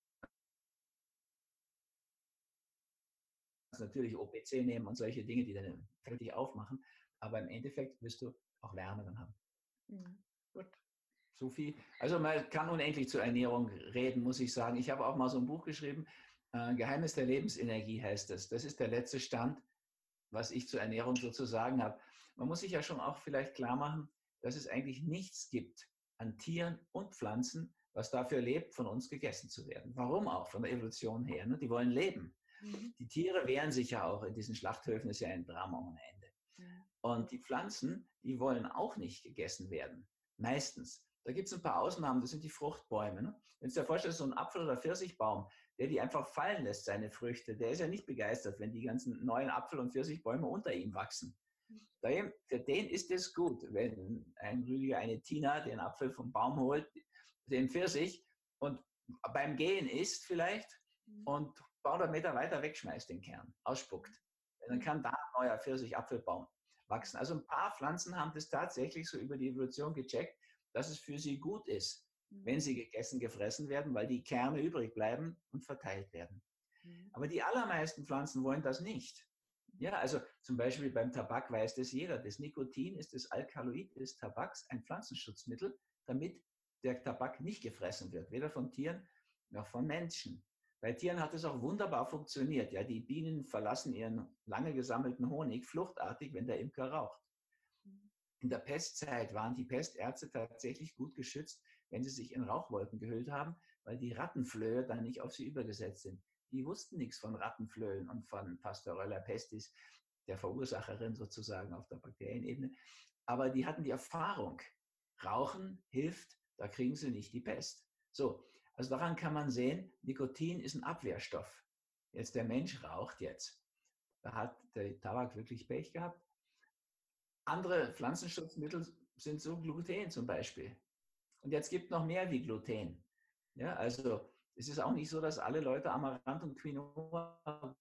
natürlich O P C nehmen und solche Dinge, die dann völlig aufmachen, aber im Endeffekt wirst du auch Wärme dann haben. Mhm. Gut. So viel. Also man kann unendlich zur Ernährung reden, muss ich sagen. Ich habe auch mal so ein Buch geschrieben, äh, Geheimnis der Lebensenergie heißt es. Das ist der letzte Stand, was ich zur Ernährung sozusagen habe. Man muss sich ja schon auch vielleicht klar machen, dass es eigentlich nichts gibt an Tieren und Pflanzen, was dafür lebt, von uns gegessen zu werden. Warum auch? Von der Evolution her. Ne? Die wollen leben. Mhm. Die Tiere wehren sich ja auch in diesen Schlachthöfen, ist ja ein Drama ohne Ende. Mhm. Und die Pflanzen, die wollen auch nicht gegessen werden. Meistens. Da gibt es ein paar Ausnahmen, das sind die Fruchtbäume. Ne? Wenn du dir vorstellst, so ein Apfel- oder Pfirsichbaum, der die einfach fallen lässt, seine Früchte, der ist ja nicht begeistert, wenn die ganzen neuen Apfel- und Pfirsichbäume unter ihm wachsen. Für den ist es gut, wenn ein Rüdiger, eine Tina den Apfel vom Baum holt, den Pfirsich und beim Gehen isst vielleicht und ein paar hundert Meter weiter wegschmeißt den Kern, ausspuckt. Dann kann da ein neuer Pfirsich-Apfelbaum wachsen. Also ein paar Pflanzen haben das tatsächlich so über die Evolution gecheckt, dass es für sie gut ist, wenn sie gegessen, gefressen werden, weil die Kerne übrig bleiben und verteilt werden. Aber die allermeisten Pflanzen wollen das nicht. Ja, also zum Beispiel beim Tabak weiß das jeder. Das Nikotin ist das Alkaloid des Tabaks, ein Pflanzenschutzmittel, damit der Tabak nicht gefressen wird, weder von Tieren noch von Menschen. Bei Tieren hat es auch wunderbar funktioniert. Ja, die Bienen verlassen ihren lange gesammelten Honig fluchtartig, wenn der Imker raucht. In der Pestzeit waren die Pestärzte tatsächlich gut geschützt, wenn sie sich in Rauchwolken gehüllt haben, weil die Rattenflöhe dann nicht auf sie übergesetzt sind. Die wussten nichts von Rattenflöhen und von Pasteurella pestis. der Verursacherin sozusagen auf der Bakterienebene. Aber die hatten die Erfahrung, Rauchen hilft, da kriegen sie nicht die Pest. So, also daran kann man sehen, Nikotin ist ein Abwehrstoff. Jetzt der Mensch raucht jetzt. Da hat der Tabak wirklich Pech gehabt. Andere Pflanzenschutzmittel sind so Gluten zum Beispiel. Und jetzt gibt es noch mehr wie Gluten. Ja, also es ist auch nicht so, dass alle Leute Amaranth und Quinoa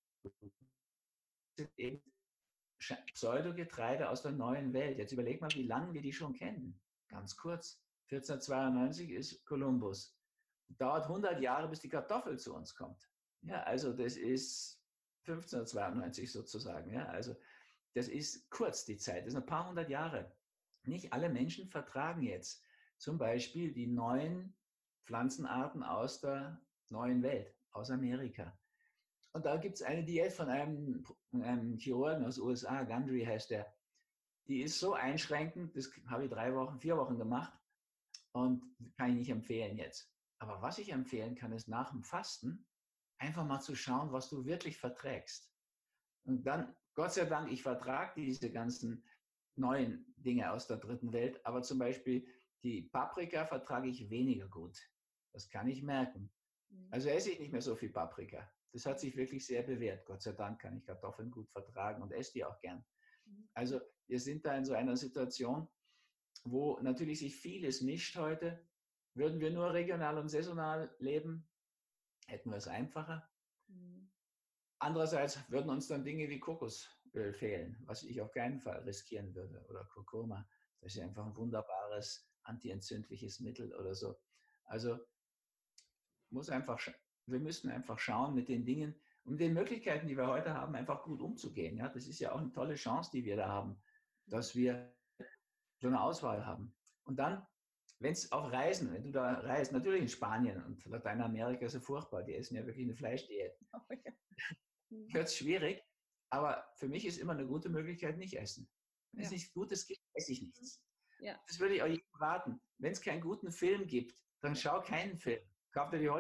sind eben Pseudogetreide aus der neuen Welt. Jetzt überleg mal, wie lange wir die schon kennen. Ganz kurz. vierzehnhundertzweiundneunzig ist Kolumbus. Dauert hundert Jahre, bis die Kartoffel zu uns kommt. Ja, also das ist fünfzehnhundertzweiundneunzig sozusagen. Ja, also das ist kurz die Zeit. Das sind ein paar hundert Jahre. Nicht alle Menschen vertragen jetzt zum Beispiel die neuen Pflanzenarten aus der neuen Welt, aus Amerika. Und da gibt es eine Diät von einem, einem Chirurgen aus den U S A, Gundry heißt der. Die ist so einschränkend, das habe ich drei Wochen, vier Wochen gemacht und kann ich nicht empfehlen jetzt. Aber was ich empfehlen kann, ist nach dem Fasten einfach mal zu schauen, was du wirklich verträgst. Und dann, Gott sei Dank, ich vertrage diese ganzen neuen Dinge aus der dritten Welt, aber zum Beispiel die Paprika vertrage ich weniger gut. Das kann ich merken. Also esse ich nicht mehr so viel Paprika. Das hat sich wirklich sehr bewährt. Gott sei Dank kann ich Kartoffeln gut vertragen und esse die auch gern. Also wir sind da in so einer Situation, wo natürlich sich vieles mischt heute. Würden wir nur regional und saisonal leben, hätten wir es einfacher. Mhm. Andererseits würden uns dann Dinge wie Kokosöl fehlen, was ich auf keinen Fall riskieren würde. Oder Kurkuma. Das ist ja einfach ein wunderbares antientzündliches Mittel oder so. Also muss einfach, wir müssen einfach schauen mit den Dingen und den Möglichkeiten, die wir heute haben, einfach gut umzugehen. Ja, das ist ja auch eine tolle Chance, die wir da haben, dass wir so eine Auswahl haben. Und dann, wenn es auf Reisen, wenn du da reist, natürlich in Spanien und Lateinamerika ist ja furchtbar, die essen ja wirklich eine Fleischdiät. Oh, ja. Wird es schwierig, aber für mich ist immer eine gute Möglichkeit, nicht essen. Wenn ja. es nichts Gutes gibt, esse ich nichts. Ja. Das würde ich auch jedem raten. Wenn es keinen guten Film gibt, dann schau keinen Film. Kauf dir die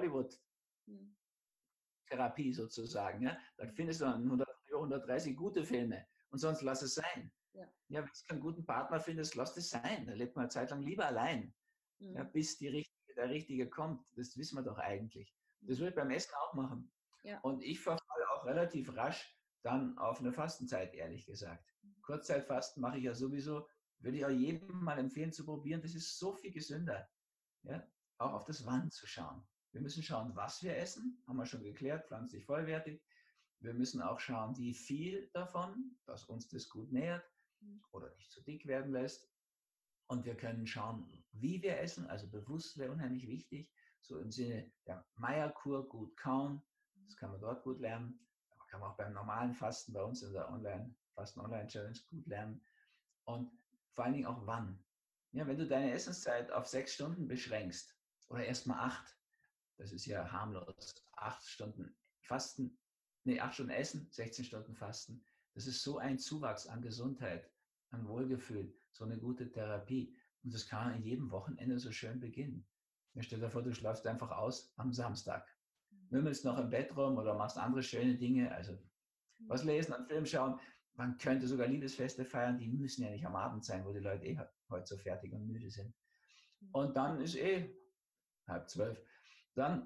Hollywood-Therapie sozusagen. Ja? Da findest du dann hundertdreißig gute Filme und sonst lass es sein. Ja, ja, wenn du keinen guten Partner findest, lass es sein. Da lebt man eine Zeit lang lieber allein, mhm. ja, bis die Richtige, der Richtige kommt. Das wissen wir doch eigentlich. Das würde ich beim Essen auch machen. Ja. Und ich verfalle auch relativ rasch dann auf eine Fastenzeit, ehrlich gesagt. Kurzzeitfasten mache ich ja sowieso, würde ich auch jedem mal empfehlen zu probieren. Das ist so viel gesünder. Ja? Auch auf das Wann zu schauen. Wir müssen schauen, was wir essen, haben wir schon geklärt, pflanzlich vollwertig. Wir müssen auch schauen, wie viel davon, dass uns das gut nährt oder nicht zu dick werden lässt. Und wir können schauen, wie wir essen, also bewusst wäre unheimlich wichtig, so im Sinne der Meyer-Kur, gut kauen, das kann man dort gut lernen. Aber kann man auch beim normalen Fasten bei uns in der Online, Fasten-Online-Challenge gut lernen. Und vor allen Dingen auch wann. Ja, wenn du deine Essenszeit auf sechs Stunden beschränkst oder erst mal acht, das ist ja harmlos, acht Stunden Fasten, nee, acht Stunden Essen, sechzehn Stunden Fasten, das ist so ein Zuwachs an Gesundheit, an Wohlgefühl, so eine gute Therapie. Und das kann man in jedem Wochenende so schön beginnen. Stell dir vor, du schlafst einfach aus am Samstag. Mümmelst noch im Bett rum oder machst andere schöne Dinge, also was lesen, einen Film schauen. Man könnte sogar Liebesfeste feiern, die müssen ja nicht am Abend sein, wo die Leute eh heute so fertig und müde sind. Und dann ist eh halb zwölf. Dann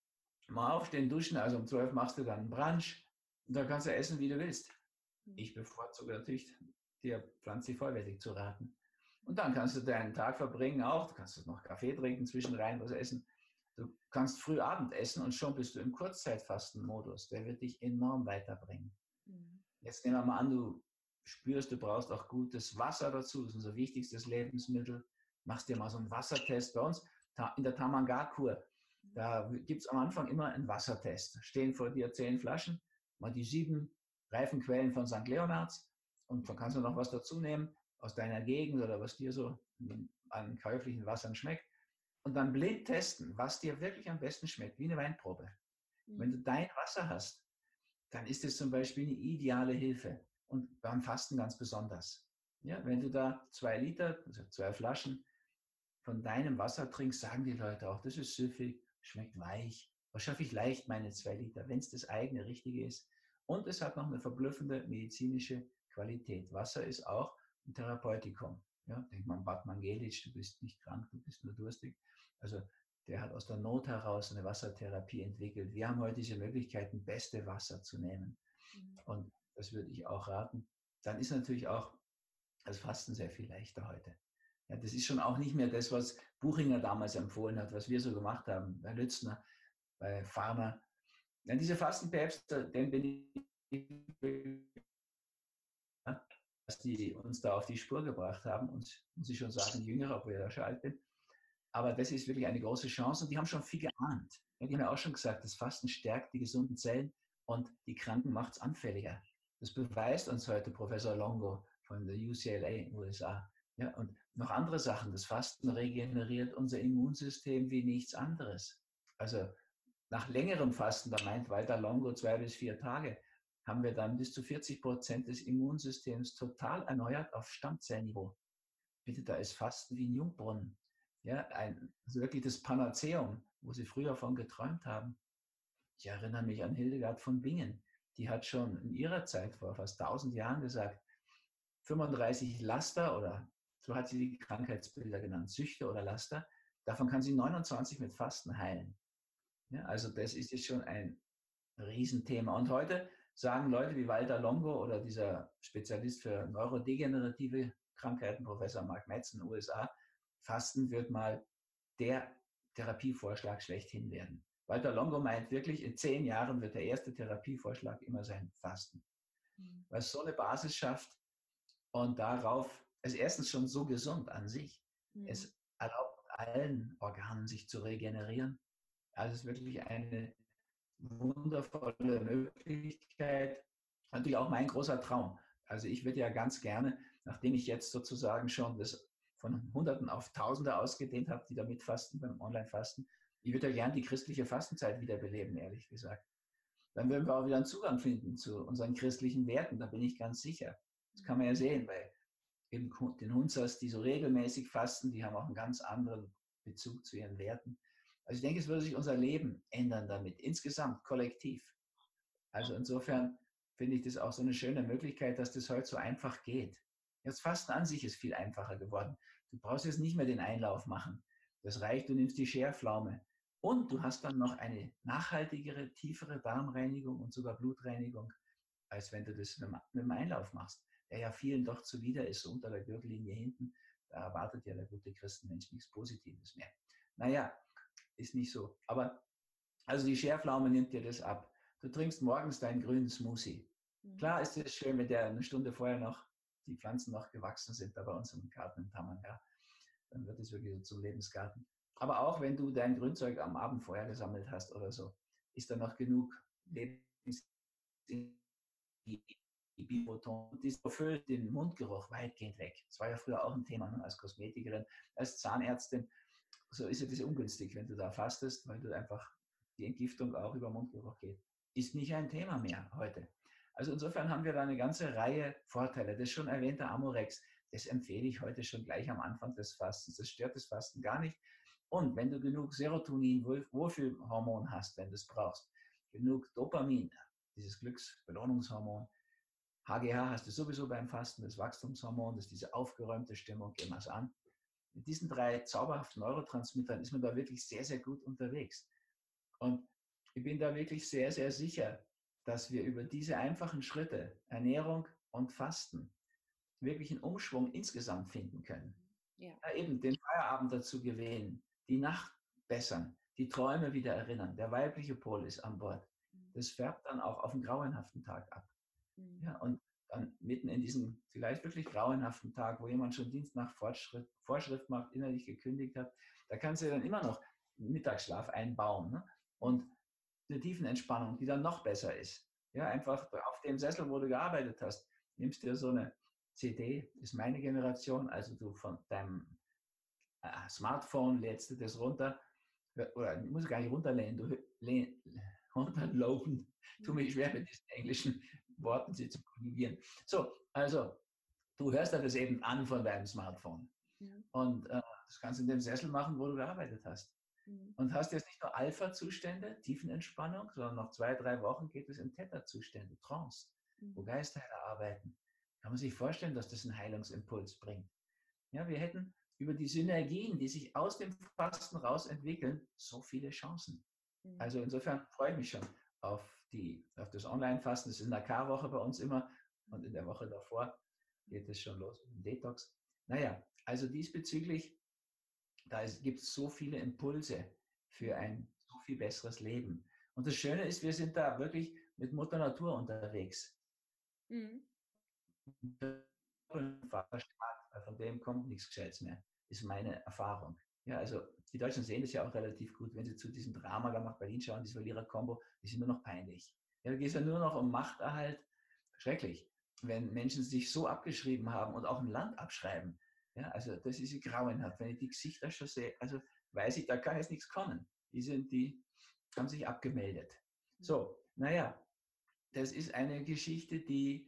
mal aufstehen, duschen, also um zwölf machst du dann einen Brunch und dann kannst du essen, wie du willst. Ich bevorzuge natürlich, dir pflanzlich vollwertig zu raten. Und dann kannst du deinen Tag verbringen auch, du kannst noch Kaffee trinken, zwischenrein was essen. Du kannst früh Abend essen und schon bist du im Kurzzeitfasten-Modus. Der wird dich enorm weiterbringen. Mhm. Jetzt nehmen wir mal an, du spürst, du brauchst auch gutes Wasser dazu, das ist unser wichtigstes Lebensmittel. Machst dir mal so einen Wassertest bei uns in der Tamanga-Kur. Da gibt es am Anfang immer einen Wassertest. Da stehen vor dir zehn Flaschen, mal die sieben Reifenquellen von Sankt Leonhards und dann kannst du noch was dazu nehmen aus deiner Gegend oder was dir so an käuflichen Wassern schmeckt und dann blind testen, was dir wirklich am besten schmeckt, wie eine Weinprobe. Mhm. Wenn du dein Wasser hast, dann ist es zum Beispiel eine ideale Hilfe und beim Fasten ganz besonders. Ja, wenn du da zwei Liter, also zwei Flaschen von deinem Wasser trinkst, sagen die Leute auch, das ist süffig, schmeckt weich. Was schaffe ich leicht meine zwei Liter, wenn es das eigene Richtige ist. Und es hat noch eine verblüffende medizinische Qualität. Wasser ist auch ein Therapeutikum. Ja, denkt man, Bad Mangelic, du bist nicht krank, du bist nur durstig. Also der hat aus der Not heraus eine Wassertherapie entwickelt. Wir haben heute diese Möglichkeiten, beste Wasser zu nehmen. Mhm. Und das würde ich auch raten. Dann ist natürlich auch das Fasten sehr viel leichter heute. Ja, das ist schon auch nicht mehr das, was Buchinger damals empfohlen hat, was wir so gemacht haben, bei Lützner, bei Farner. Ja, diese Fastenpäpste, den bin ich, dass die uns da auf die Spur gebracht haben. Und muss ich schon sagen, jünger, obwohl ich ja schon alt bin. Aber das ist wirklich eine große Chance und die haben schon viel geahnt. Ja, die haben ja auch schon gesagt, das Fasten stärkt die gesunden Zellen und die Kranken macht es anfälliger. Das beweist uns heute Professor Longo von der U C L A in den U S A. Ja, und noch andere Sachen. Das Fasten regeneriert unser Immunsystem wie nichts anderes. Also nach längerem Fasten, da meint Walter Longo zwei bis vier Tage, haben wir dann bis zu vierzig Prozent des Immunsystems total erneuert auf Stammzellniveau. Bitte, da ist Fasten wie ein Jungbrunnen. Ja, ein, also wirklich das Panazeum, wo Sie früher von geträumt haben. Ich erinnere mich an Hildegard von Bingen. Die hat schon in ihrer Zeit, vor fast tausend Jahren gesagt, fünfunddreißig Laster oder so hat sie die Krankheitsbilder genannt, Süchte oder Laster, davon kann sie neunundzwanzig mit Fasten heilen. Ja, also das ist jetzt schon ein Riesenthema. Und heute sagen Leute wie Walter Longo oder dieser Spezialist für neurodegenerative Krankheiten, Professor Mark Metz in den U S A, Fasten wird mal der Therapievorschlag schlechthin werden. Walter Longo meint wirklich, in zehn Jahren wird der erste Therapievorschlag immer sein Fasten. Mhm. Weil es so eine Basis schafft und darauf, es ist erstens schon so gesund an sich. Mhm. Es erlaubt allen Organen sich zu regenerieren. Also es ist wirklich eine wundervolle Möglichkeit. Natürlich auch mein großer Traum. Also ich würde ja ganz gerne, nachdem ich jetzt sozusagen schon das von Hunderten auf Tausende ausgedehnt habe, die da mitfasten beim Online-Fasten, ich würde ja gerne die christliche Fastenzeit wiederbeleben, ehrlich gesagt. Dann würden wir auch wieder einen Zugang finden zu unseren christlichen Werten, da bin ich ganz sicher. Das kann man ja sehen, weil eben den Hunzers, die so regelmäßig fasten, die haben auch einen ganz anderen Bezug zu ihren Werten. Also ich denke, es würde sich unser Leben ändern damit, insgesamt, kollektiv. Also insofern finde ich das auch so eine schöne Möglichkeit, dass das heute so einfach geht. Das Fasten an sich ist viel einfacher geworden. Du brauchst jetzt nicht mehr den Einlauf machen. Das reicht, du nimmst die Scherpflaume. Und du hast dann noch eine nachhaltigere, tiefere Darmreinigung und sogar Blutreinigung, als wenn du das mit dem Einlauf machst, der ja vielen doch zuwider ist, so unter der Gürtellinie hinten. Da erwartet ja der gute Christenmensch nichts Positives mehr. Naja, ist nicht so. Aber also die Scherpflaume nimmt dir das ab. Du trinkst morgens deinen grünen Smoothie. Mhm. Klar ist es schön, wenn der eine Stunde vorher noch die Pflanzen noch gewachsen sind, da bei uns im Garten in Tamanga. Dann wird es wirklich so zum Lebensgarten. Aber auch wenn du dein Grünzeug am Abend vorher gesammelt hast oder so, ist da noch genug Lebensenergie. Und das erfüllt den Mundgeruch weitgehend weg. Das war ja früher auch ein Thema, ne? Als Kosmetikerin, als Zahnärztin. So ist es ungünstig, wenn du da fastest, weil du einfach die Entgiftung auch über Mundgeruch geht. Ist nicht ein Thema mehr heute. Also insofern haben wir da eine ganze Reihe Vorteile. Das schon erwähnte Amorex, das empfehle ich heute schon gleich am Anfang des Fastens. Das stört das Fasten gar nicht. Und wenn du genug Serotonin, Wohlfühlhormon hast, wenn du es brauchst, genug Dopamin, dieses Glücksbelohnungshormon, H G H hast du sowieso beim Fasten, das Wachstumshormon, das ist diese aufgeräumte Stimmung, gehen wir es an. Mit diesen drei zauberhaften Neurotransmittern ist man da wirklich sehr, sehr gut unterwegs. Und ich bin da wirklich sehr, sehr sicher, dass wir über diese einfachen Schritte, Ernährung und Fasten, wirklich einen Umschwung insgesamt finden können. Ja. Ja, eben den Feierabend dazu gewählen, die Nacht bessern, die Träume wieder erinnern. Der weibliche Pol ist an Bord. Das färbt dann auch auf einen grauenhaften Tag ab. Mhm. Ja, und dann mitten in diesem vielleicht wirklich grauenhaften Tag, wo jemand schon Dienst nach Fortschritt, Vorschrift macht, innerlich gekündigt hat, da kannst du dann immer noch einen Mittagsschlaf einbauen, ne? Und eine Tiefenentspannung, die dann noch besser ist. Ja, einfach auf dem Sessel, wo du gearbeitet hast, nimmst dir so eine C D, ist meine Generation, also du von deinem äh, Smartphone lädst du das runter, oder du musst gar nicht runterladen, du lehn, runterloaden, tu mich schwer mit diesen englischen Worten, sie zu konjugieren. So, also, du hörst dir das eben an von deinem Smartphone. Ja. Und äh, das kannst du in dem Sessel machen, wo du gearbeitet hast. Mhm. Und hast jetzt nicht nur Alpha-Zustände, Tiefenentspannung, sondern noch zwei, drei Wochen geht es in Theta-Zustände, Trance, wo Mhm. Geisterheiler arbeiten. Kann man sich vorstellen, dass das einen Heilungsimpuls bringt. Ja, wir hätten über die Synergien, die sich aus dem Fasten raus entwickeln, so viele Chancen. Mhm. Also insofern freue ich mich schon auf, die, auf das Online-Fasten. Das ist in der K-Woche bei uns immer und in der Woche davor geht es schon los mit dem Detox. Naja, also diesbezüglich, da gibt es so viele Impulse für ein so viel besseres Leben. Und das Schöne ist, wir sind da wirklich mit Mutter Natur unterwegs. Mhm. Von dem kommt nichts Gescheites mehr, ist meine Erfahrung. Ja, also die Deutschen sehen das ja auch relativ gut, wenn sie zu diesem Drama da nach Berlin schauen, diese Verlierer-Kombo, die sind nur noch peinlich. Ja, da geht es ja nur noch um Machterhalt. Schrecklich, wenn Menschen sich so abgeschrieben haben und auch ein Land abschreiben. Ja, also das ist grauenhaft. Wenn ich die Gesichter schon sehe, also weiß ich, da kann jetzt nichts kommen. Die sind, die haben sich abgemeldet. So, naja, das ist eine Geschichte, die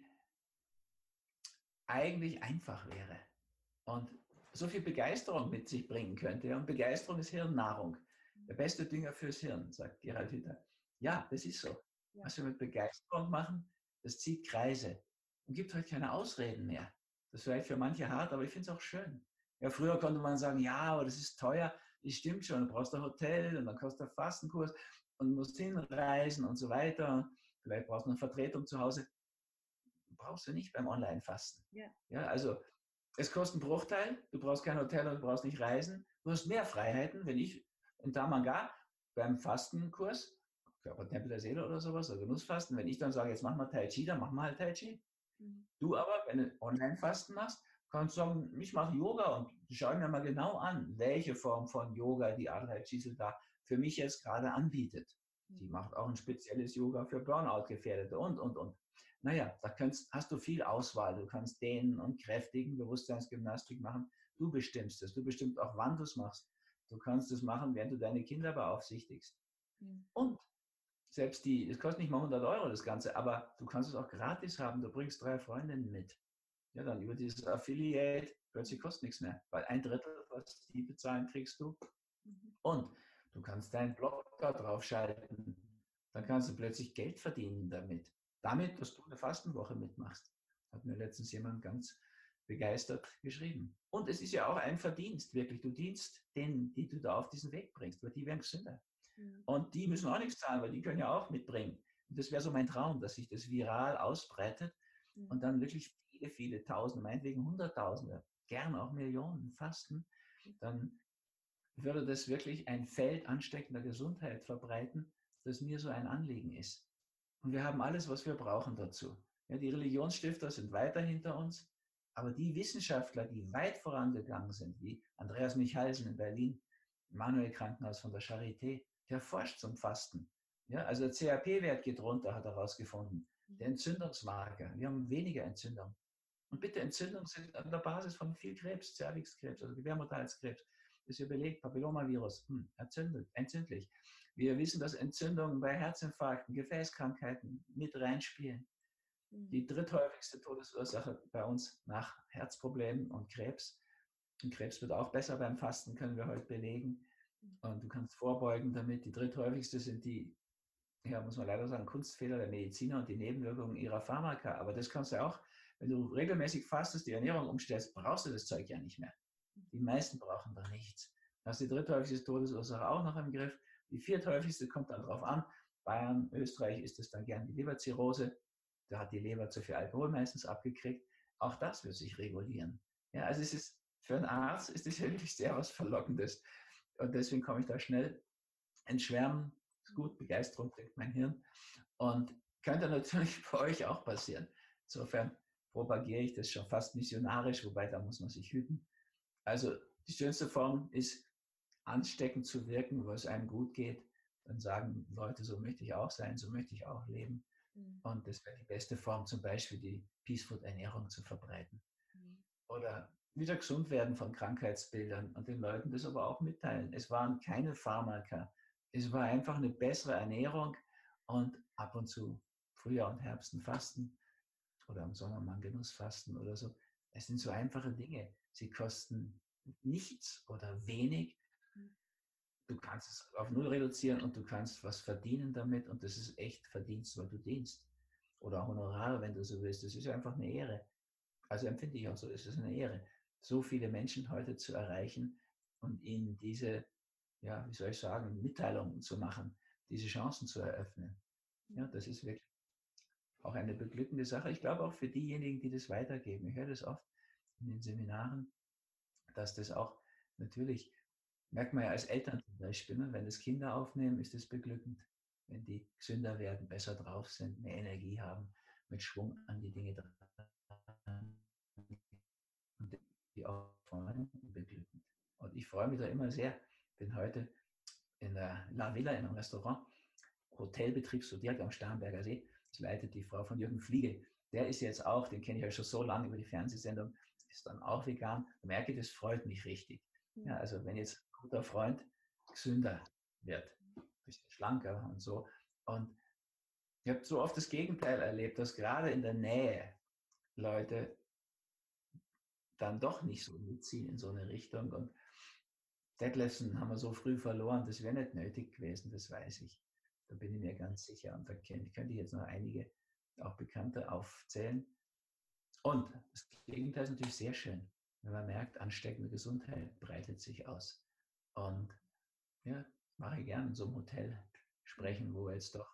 eigentlich einfach wäre und so viel Begeisterung mit sich bringen könnte. Und Begeisterung ist Hirnnahrung. Der beste Dünger fürs Hirn, sagt Gerald Hüther. Ja, das ist so. Ja. Was wir mit Begeisterung machen, das zieht Kreise und gibt halt keine Ausreden mehr. Das ist vielleicht für manche hart, aber ich finde es auch schön. Ja, früher konnte man sagen, ja, aber das ist teuer. Das stimmt schon, du brauchst ein Hotel und dann kostet der Fastenkurs und musst hinreisen und so weiter. Vielleicht brauchst du eine Vertretung zu Hause. Brauchst du nicht beim Online-Fasten. Ja. Ja, also es kostet einen Bruchteil, du brauchst kein Hotel und du brauchst nicht reisen. Du hast mehr Freiheiten, wenn ich in Tamanga beim Fastenkurs, Körpertempel der Seele oder sowas, oder Genussfasten, wenn ich dann sage, jetzt machen wir Tai Chi, dann machen wir halt Tai Chi. Mhm. Du aber, wenn du Online-Fasten machst, kannst du sagen, ich mache Yoga und schau mir mal genau an, welche Form von Yoga die Adelheid Schiesel da für mich jetzt gerade anbietet. Die macht auch ein spezielles Yoga für Burnout-Gefährdete und, und, und. Naja, da kannst, hast du viel Auswahl. Du kannst dehnen und kräftigen, Bewusstseinsgymnastik machen. Du bestimmst es. Du bestimmst auch, wann du es machst. Du kannst es machen, während du deine Kinder beaufsichtigst. Mhm. Und selbst die, es kostet nicht mal hundert Euro das Ganze, aber du kannst es auch gratis haben. Du bringst drei Freundinnen mit. Ja, dann über dieses Affiliate, plötzlich kostet nichts mehr, weil ein Drittel, was die bezahlen, kriegst du. Mhm. Und du kannst deinen Blog da drauf schalten. Dann kannst du plötzlich Geld verdienen damit. Damit, dass du eine Fastenwoche mitmachst. Hat mir letztens jemand ganz begeistert geschrieben. Und es ist ja auch ein Verdienst, wirklich. Du dienst denen, die du da auf diesen Weg bringst, weil die werden gesünder. Mhm. Und die müssen auch nichts zahlen, weil die können ja auch mitbringen. Und das wäre so mein Traum, dass sich das viral ausbreitet Mhm. und dann wirklich viele, viele Tausende, meinetwegen Hunderttausende, gern auch Millionen fasten. Dann würde das wirklich ein Feld ansteckender Gesundheit verbreiten, das mir so ein Anliegen ist. Und wir haben alles, was wir brauchen dazu. Ja, die Religionsstifter sind weiter hinter uns, aber die Wissenschaftler, die weit vorangegangen sind, wie Andreas Michalsen in Berlin, Manuel Krankenhaus von der Charité, der forscht zum Fasten. Ja, also der C R P-Wert geht runter, hat er herausgefunden. Der Entzündungsmarker, wir haben weniger Entzündung. Und bitte, Entzündungen sind an der Basis von viel Krebs, Zervixkrebs, also Gebärmutterhalskrebs. Das ist belegt, Papillomavirus, hm, entzündet, entzündlich. Wir wissen, dass Entzündungen bei Herzinfarkten, Gefäßkrankheiten mit reinspielen. Mhm. Die dritthäufigste Todesursache bei uns nach Herzproblemen und Krebs. Und Krebs wird auch besser beim Fasten, können wir heute belegen. Und du kannst vorbeugen damit. Die dritthäufigste sind die, ja, muss man leider sagen, Kunstfehler der Mediziner und die Nebenwirkungen ihrer Pharmaka. Aber das kannst du auch, wenn du regelmäßig fastest, die Ernährung umstellst, brauchst du das Zeug ja nicht mehr. Die meisten brauchen da nichts. Das ist die dritthäufigste Todesursache auch noch im Griff. Die vierthäufigste kommt dann drauf an. Bayern, Österreich ist es dann gern die Leberzirrhose. Da hat die Leber zu viel Alkohol meistens abgekriegt. Auch das wird sich regulieren. Ja, also es ist, für einen Arzt ist es wirklich sehr was Verlockendes. Und deswegen komme ich da schnell ins Schwärmen. Ist gut, Begeisterung bringt mein Hirn. Und könnte natürlich bei euch auch passieren. Insofern propagiere ich das schon fast missionarisch, wobei da muss man sich hüten. Also die schönste Form ist, ansteckend zu wirken, wo es einem gut geht. Dann sagen Leute, so möchte ich auch sein, so möchte ich auch leben. Mhm. Und das wäre die beste Form, zum Beispiel die Peace Food Ernährung zu verbreiten. Mhm. Oder wieder gesund werden von Krankheitsbildern und den Leuten das aber auch mitteilen. Es waren keine Pharmaka. Es war einfach eine bessere Ernährung und ab und zu Frühjahr und Herbst ein Fasten oder im Sommer mal ein Genussfasten oder so. Es sind so einfache Dinge. Sie kosten nichts oder wenig du kannst es auf null reduzieren und du kannst was verdienen damit und das ist echt Verdienst, weil du dienst. Oder Honorar, wenn du so willst. Das ist ja einfach eine Ehre. Also empfinde ich auch so, es ist eine Ehre, so viele Menschen heute zu erreichen und ihnen diese, ja, wie soll ich sagen, Mitteilungen zu machen, diese Chancen zu eröffnen. Ja, das ist wirklich auch eine beglückende Sache. Ich glaube auch für diejenigen, die das weitergeben. Ich höre das oft in den Seminaren, dass das auch natürlich, merkt man ja als Eltern zum Beispiel, ne, wenn das Kinder aufnehmen, ist das beglückend. Wenn die gesünder werden, besser drauf sind, mehr Energie haben, mit Schwung an die Dinge dran und die auch vorne beglückend. Und ich freue mich da immer sehr. Bin heute in der La Villa in einem Restaurant, Hotelbetrieb, so direkt am Starnberger See. Das leitet die Frau von Jürgen Fliege. Der ist jetzt auch, den kenne ich ja schon so lange über die Fernsehsendung, ist dann auch vegan. Ich merke, das freut mich richtig. Ja, also wenn jetzt ein guter Freund gesünder wird, ein bisschen schlanker und so. Und ich habe so oft das Gegenteil erlebt, dass gerade in der Nähe Leute dann doch nicht so mitziehen in so eine Richtung. Und Detlefsen haben wir so früh verloren, das wäre nicht nötig gewesen, das weiß ich. Da bin ich mir ganz sicher. Und da könnte ich jetzt noch einige auch Bekannte aufzählen. Und das Gegenteil ist natürlich sehr schön, wenn man merkt, ansteckende Gesundheit breitet sich aus. Und ja, mache ich gerne in so einem Hotel sprechen, wo jetzt doch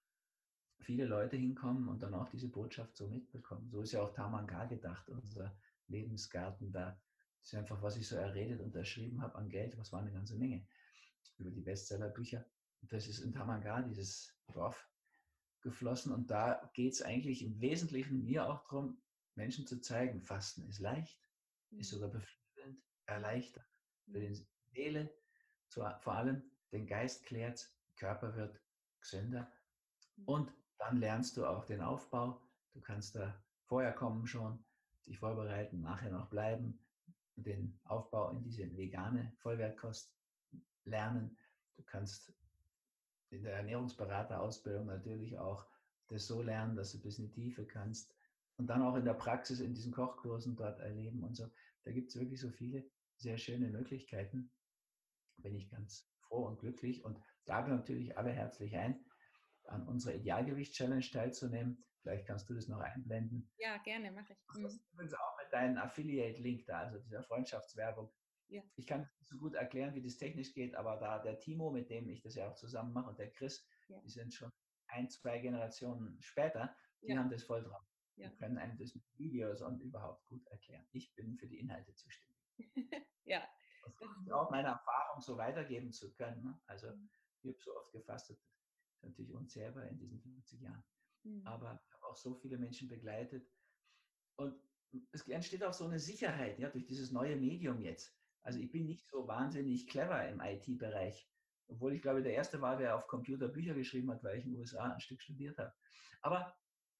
viele Leute hinkommen und dann auch diese Botschaft so mitbekommen. So ist ja auch Tamangar gedacht, unser Lebensgarten da. Das ist einfach, was ich so erredet und erschrieben habe an Geld, was war eine ganze Menge über die Bestsellerbücher. Und das ist in Tamangar, dieses Dorf, geflossen. Und da geht es eigentlich im Wesentlichen mir auch darum, Menschen zu zeigen, Fasten ist leicht, mhm. ist sogar beflügelnd, erleichtert für die Seele, zu, vor allem den Geist klärt, Körper wird gesünder. Und dann lernst du auch den Aufbau. Du kannst da vorher kommen schon, dich vorbereiten, nachher noch bleiben, den Aufbau in diese vegane Vollwertkost lernen. Du kannst in der Ernährungsberaterausbildung natürlich auch das so lernen, dass du bis in die Tiefe kannst. Und dann auch in der Praxis, in diesen Kochkursen dort erleben und so. Da gibt es wirklich so viele sehr schöne Möglichkeiten. Bin ich ganz froh und glücklich und lade natürlich alle herzlich ein, an unserer Idealgewicht-Challenge teilzunehmen. Vielleicht kannst du das noch einblenden. Ja, gerne, mache ich. Das ist übrigens auch mit deinem Affiliate-Link da, also dieser Freundschaftswerbung. Ja. Ich kann nicht so gut erklären, wie das technisch geht, aber da der Timo, mit dem ich das ja auch zusammen mache, und der Chris, ja. die sind schon ein, zwei Generationen später, die ja. haben das voll drauf. Ja. Die können einem das mit Videos und überhaupt gut erklären. Ich bin für die Inhalte zuständig. Ja. Das ist auch meine Erfahrung so weitergeben zu können. Ne? Also mhm. ich habe so oft gefastet, das ist natürlich unzählbar in diesen fünfzig Jahren. Mhm. Aber ich habe auch so viele Menschen begleitet. Und es entsteht auch so eine Sicherheit, ja, durch dieses neue Medium jetzt. Also ich bin nicht so wahnsinnig clever im I T-Bereich, obwohl ich glaube, der Erste war, der auf Computer Bücher geschrieben hat, weil ich in den U S A ein Stück studiert habe. Aber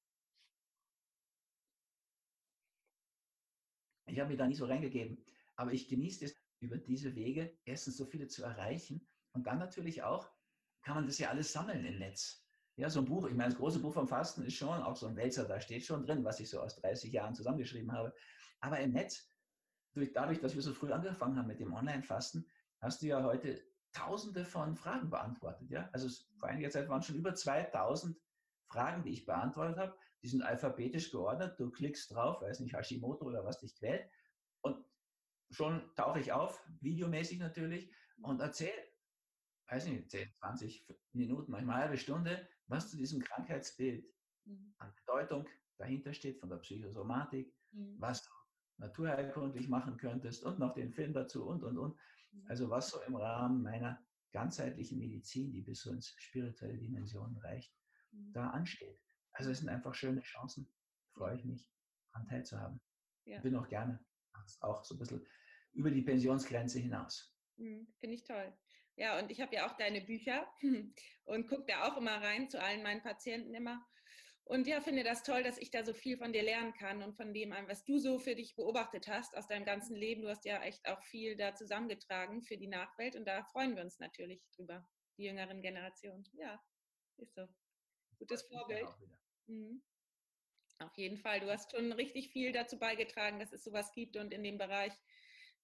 ich habe mich da nicht so reingegeben. Aber ich genieße es, über diese Wege erstens so viele zu erreichen und dann natürlich auch, kann man das ja alles sammeln im Netz. Ja, so ein Buch, ich meine, das große Buch vom Fasten ist schon auch so ein Wälzer, da steht schon drin, was ich so aus dreißig Jahren zusammengeschrieben habe. Aber im Netz, durch, dadurch, dass wir so früh angefangen haben mit dem Online-Fasten, hast du ja heute Tausende von Fragen beantwortet. Ja? Also vor einiger Zeit waren schon über zweitausend Fragen, die ich beantwortet habe. Die sind alphabetisch geordnet. Du klickst drauf, weiß nicht, Hashimoto oder was dich quält. Und schon tauche ich auf, videomäßig natürlich, und erzähle, weiß nicht, zehn, zwanzig Minuten, manchmal eine halbe Stunde, was zu diesem Krankheitsbild mhm. an Bedeutung dahinter steht von der Psychosomatik, mhm. was du naturheilkundlich machen könntest und noch den Film dazu und, und, und. Also was so im Rahmen meiner ganzheitlichen Medizin, die bis so ins spirituelle Dimensionen reicht, mhm. da ansteht. Also es sind einfach schöne Chancen, freue ich mich, daran teilzuhaben. Ja. Bin auch gerne, auch so ein bisschen über die Pensionsgrenze hinaus. Mhm, finde ich toll. Ja, und ich habe ja auch deine Bücher und gucke da auch immer rein, zu allen meinen Patienten immer. Und ja, finde das toll, dass ich da so viel von dir lernen kann und von dem, was du so für dich beobachtet hast aus deinem ganzen Leben. Du hast ja echt auch viel da zusammengetragen für die Nachwelt und da freuen wir uns natürlich drüber, die jüngeren Generationen. Ja, ist so. Gutes Vorbild. Mhm. Auf jeden Fall. Du hast schon richtig viel dazu beigetragen, dass es sowas gibt und in dem Bereich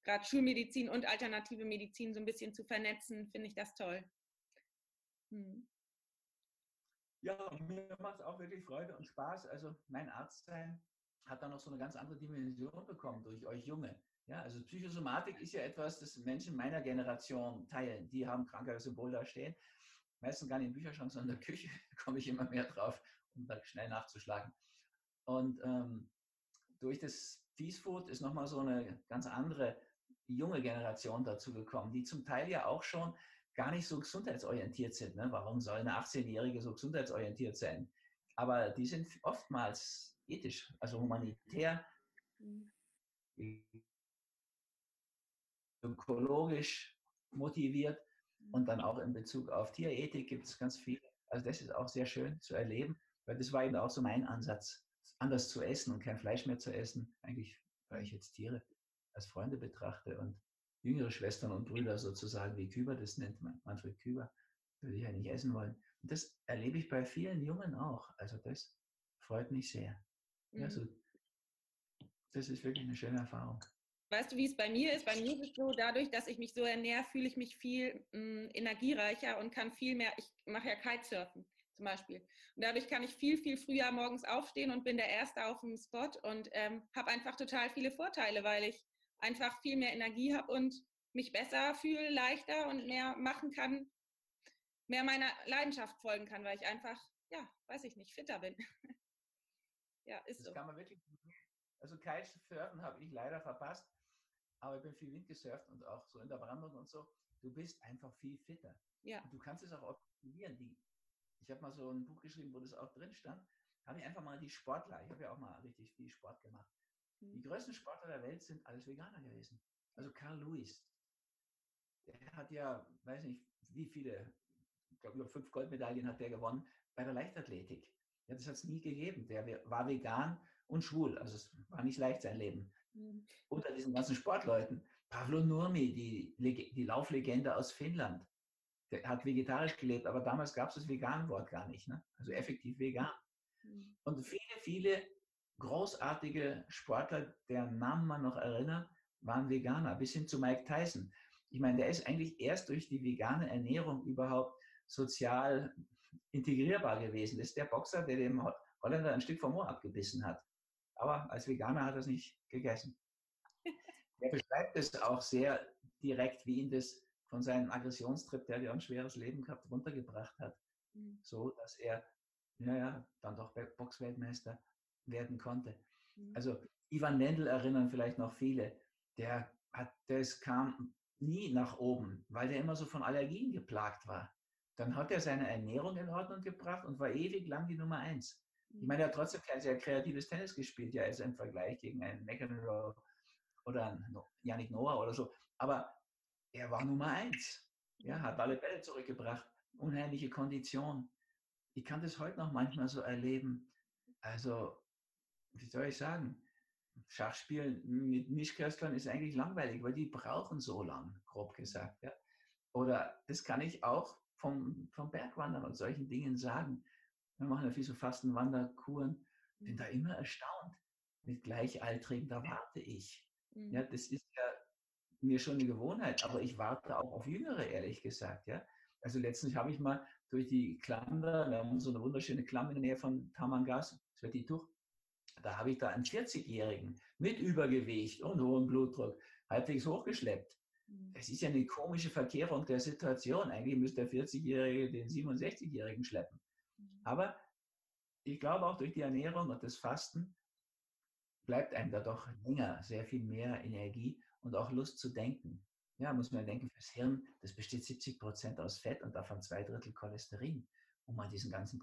gerade Schulmedizin und alternative Medizin so ein bisschen zu vernetzen, finde ich das toll. Hm. Ja, mir macht es auch wirklich Freude und Spaß. Also mein Arztsein hat dann noch so eine ganz andere Dimension bekommen durch euch Junge. Ja, also Psychosomatik ist ja etwas, das Menschen meiner Generation teilen. Die haben Krankheitssymbol da stehen. Meistens gar nicht im Bücherschrank, sondern in der Küche komme ich immer mehr drauf, um da schnell nachzuschlagen. Und ähm, durch das Peace Food ist nochmal so eine ganz andere junge Generation dazu gekommen, die zum Teil ja auch schon gar nicht so gesundheitsorientiert sind. Ne? Warum soll eine achtzehnjährige so gesundheitsorientiert sein? Aber die sind oftmals ethisch, also humanitär, ökologisch motiviert und dann auch in Bezug auf Tierethik gibt es ganz viel. Also das ist auch sehr schön zu erleben, weil das war eben auch so mein Ansatz, anders zu essen und kein Fleisch mehr zu essen, eigentlich, weil ich jetzt Tiere als Freunde betrachte und jüngere Schwestern und Brüder sozusagen, wie Küber das nennt, Manfred Küber, würde ich ja nicht essen wollen. Und das erlebe ich bei vielen Jungen auch. Also das freut mich sehr. Ja, so, das ist wirklich eine schöne Erfahrung. Weißt du, wie es bei mir ist? Bei mir ist es so, dadurch, dass ich mich so ernähre, fühle ich mich viel mh, energiereicher und kann viel mehr, ich mache ja Kitesurfen zum Beispiel. Und dadurch kann ich viel, viel früher morgens aufstehen und bin der Erste auf dem Spot und ähm, habe einfach total viele Vorteile, weil ich einfach viel mehr Energie habe und mich besser fühle, leichter und mehr machen kann, mehr meiner Leidenschaft folgen kann, weil ich einfach, ja, weiß ich nicht, fitter bin. Ja, ist das so. kann man wirklich, also Kitesurfen habe ich leider verpasst, aber ich bin viel Wind gesurft und auch so in der Brandung und so. Du bist einfach viel fitter. Ja. Und du kannst es auch optimieren. Die, ich habe mal so ein Buch geschrieben, wo das auch drin stand. Habe ich einfach mal die Sportler, ich habe ja auch mal richtig viel Sport gemacht. Mhm. Die größten Sportler der Welt sind alles Veganer gewesen. Also Carl Lewis, der hat ja, weiß nicht, wie viele, ich glaube über fünf Goldmedaillen hat der gewonnen bei der Leichtathletik. Ja, das hat es nie gegeben. Der war vegan und schwul. Also es war nicht leicht, sein Leben. Mhm. Unter diesen ganzen Sportleuten. Pavlo Nurmi, die, die Lauflegende aus Finnland. Der hat vegetarisch gelebt, aber damals gab es das Vegan-Wort gar nicht. Ne? Also effektiv vegan. Mhm. Und viele, viele großartige Sportler, deren Namen man noch erinnert, waren Veganer. Bis hin zu Mike Tyson. Ich meine, der ist eigentlich erst durch die vegane Ernährung überhaupt sozial integrierbar gewesen. Das ist der Boxer, der dem Holländer ein Stück vom Ohr abgebissen hat. Aber als Veganer hat er es nicht gegessen. Er beschreibt es auch sehr direkt, wie ihn das von seinem Aggressionstrip, der ja ein schweres Leben gehabt, runtergebracht hat. Mhm. So, dass er, naja, dann doch Boxweltmeister werden konnte. Mhm. Also Ivan Lendl erinnern vielleicht noch viele. Der hat, das kam nie nach oben, weil der immer so von Allergien geplagt war. Dann hat er seine Ernährung in Ordnung gebracht und war ewig lang die Nummer eins. Ich meine, er hat trotzdem kein sehr kreatives Tennis gespielt, ja, also im Vergleich gegen einen McEnroe oder einen Yannick Noah oder so. Aber er war Nummer eins. Ja, hat alle Bälle zurückgebracht. Unheimliche Kondition. Ich kann das heute noch manchmal so erleben. Also, wie soll ich sagen? Schachspielen mit Mischköstlern ist eigentlich langweilig, weil die brauchen so lang, grob gesagt. Ja. Oder das kann ich auch vom, vom Bergwandern und solchen Dingen sagen. Wir machen ja viel so Fastenwanderkuren. Bin da immer erstaunt. Mit Gleichaltrigen, da warte ich. Mhm. Ja, das ist ja mir schon eine Gewohnheit, aber ich warte auch auf Jüngere, ehrlich gesagt. Ja. Also letztens habe ich mal durch die Klamm, wir haben so eine wunderschöne Klamm in der Nähe von Tamangas, das wird die Tuch. Da habe ich da einen vierzigjährigen mit Übergewicht und hohem Blutdruck halbwegs hochgeschleppt. Es ist ja eine komische Verkehrung der Situation. Eigentlich müsste der vierzigjährige den siebenundsechzigjährigen schleppen. Aber ich glaube auch durch die Ernährung und das Fasten bleibt einem da doch länger sehr viel mehr Energie und auch Lust zu denken. Ja, muss man denken, fürs Hirn, das besteht siebzig Prozent aus Fett und davon zwei Drittel Cholesterin, um mal diesen ganzen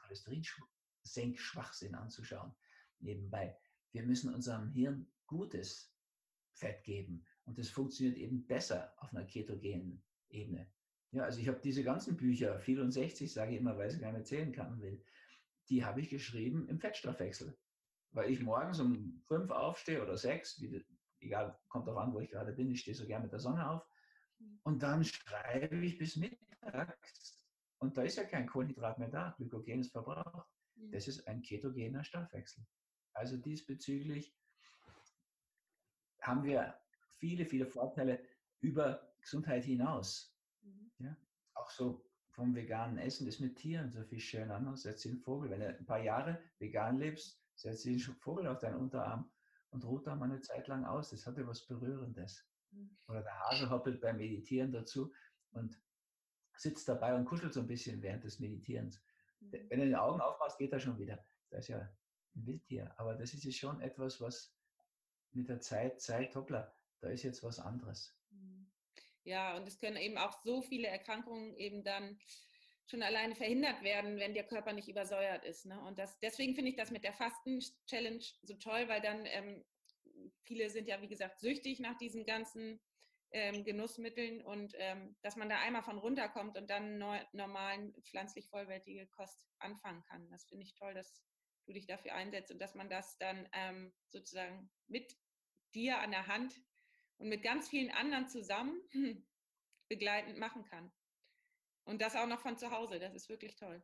Cholesterinsenkschwachsinn anzuschauen. Nebenbei, wir müssen unserem Hirn gutes Fett geben und das funktioniert eben besser auf einer ketogenen Ebene. Ja, also ich habe diese ganzen Bücher, vierundsechzig sage ich immer, weil ich es gar nicht erzählen kann will, die habe ich geschrieben im Fettstoffwechsel. Weil ich morgens um fünf aufstehe oder sechs, wie, egal, kommt darauf an, wo ich gerade bin, ich stehe so gerne mit der Sonne auf. Und dann schreibe ich bis mittags und da ist ja kein Kohlenhydrat mehr da, Glykogen ist verbraucht. Das ist ein ketogener Stoffwechsel. Also diesbezüglich haben wir viele, viele Vorteile über Gesundheit hinaus. Mhm. Ja? Auch so vom veganen Essen, das mit Tieren so viel schön an. Setz den Vogel, wenn du ein paar Jahre vegan lebst, setz den Vogel auf deinen Unterarm und ruht da mal eine Zeit lang aus. Das hat ja was Berührendes. Mhm. Oder der Hase hoppelt beim Meditieren dazu und sitzt dabei und kuschelt so ein bisschen während des Meditierens. Mhm. Wenn du die Augen aufmachst, geht er schon wieder. Das ist ja ein Wildtier. Aber das ist ja schon etwas, was mit der Zeit zeigt, hoppla, da ist jetzt was anderes. Ja, und es können eben auch so viele Erkrankungen eben dann schon alleine verhindert werden, wenn der Körper nicht übersäuert ist. Ne? Und das, deswegen finde ich das mit der Fasten-Challenge so toll, weil dann ähm, viele sind ja, wie gesagt, süchtig nach diesen ganzen ähm, Genussmitteln und ähm, dass man da einmal von runterkommt und dann neu, normalen, pflanzlich vollwertige Kost anfangen kann. Das finde ich toll, dass du dich dafür einsetzt und dass man das dann ähm, sozusagen mit dir an der Hand und mit ganz vielen anderen zusammen hm, begleitend machen kann. Und das auch noch von zu Hause, das ist wirklich toll.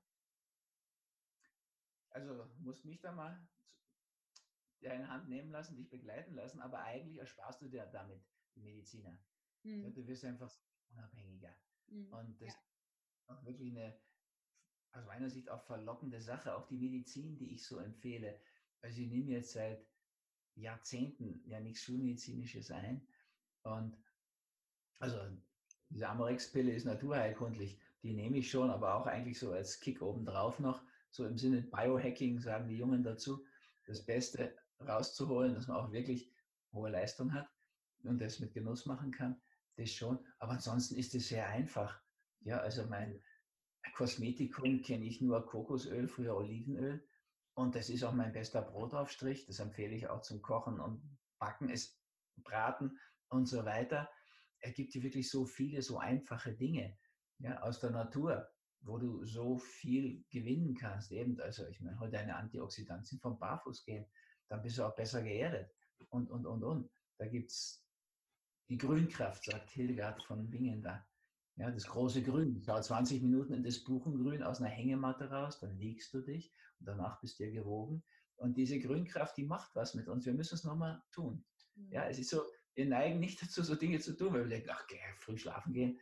Also musst mich da mal deine Hand nehmen lassen, dich begleiten lassen, aber eigentlich ersparst du dir damit die Mediziner. Hm. Ja, du wirst einfach unabhängiger. Hm. Und das ja. ist auch wirklich eine, aus meiner Sicht auch verlockende Sache, auch die Medizin, die ich so empfehle. Also ich nehme jetzt seit Jahrzehnten ja nichts Schulmedizinisches ein. Und also diese Amorex-Pille ist naturheilkundlich, die nehme ich schon, aber auch eigentlich so als Kick obendrauf noch, so im Sinne Biohacking, sagen die Jungen dazu, das Beste rauszuholen, dass man auch wirklich hohe Leistung hat und das mit Genuss machen kann, das schon. Aber ansonsten ist es sehr einfach. Ja, also mein Kosmetikum kenne ich nur Kokosöl, früher Olivenöl. Und das ist auch mein bester Brotaufstrich. Das empfehle ich auch zum Kochen und Backen, es Braten und so weiter. Es gibt hier wirklich so viele, so einfache Dinge, ja, aus der Natur, wo du so viel gewinnen kannst. Eben, also ich meine, hol deine Antioxidantien vom Barfußgehen, dann bist du auch besser geerdet und, und, und, und. Da gibt es die Grünkraft, sagt Hildegard von Bingen da. Ja, das große Grün. Schau zwanzig Minuten in das Buchengrün aus einer Hängematte raus, dann legst du dich und danach bist du dir gewogen. Und diese Grünkraft, die macht was mit uns. Wir müssen es nochmal tun. Mhm. Ja, es ist so, wir neigen nicht dazu, so Dinge zu tun, weil wir denken, ach, früh schlafen gehen.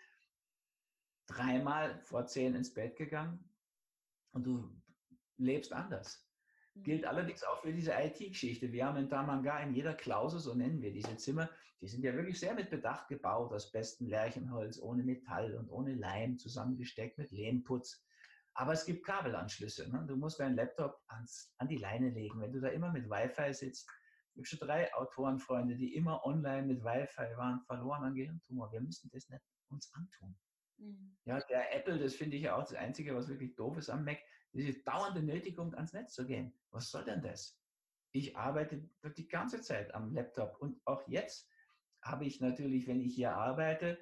Dreimal vor zehn ins Bett gegangen und du lebst anders. Mhm. Gilt allerdings auch für diese I T-Geschichte. Wir haben in Tamanga in jeder Klause, so nennen wir diese Zimmer, die sind ja wirklich sehr mit Bedacht gebaut, aus bestem Lärchenholz, ohne Metall und ohne Leim, zusammengesteckt mit Lehmputz. Aber es gibt Kabelanschlüsse. Ne? Du musst deinen Laptop ans, an die Leine legen. Wenn du da immer mit Wi-Fi sitzt, ich habe schon drei Autorenfreunde, die immer online mit Wi-Fi waren, verloren an Gehirntumor. Wir müssen das nicht uns antun. Mhm. Ja, der Apple, das finde ich ja auch das Einzige, was wirklich doof ist am Mac, diese dauernde Nötigung, ans Netz zu gehen. Was soll denn das? Ich arbeite die ganze Zeit am Laptop und auch jetzt habe ich natürlich, wenn ich hier arbeite,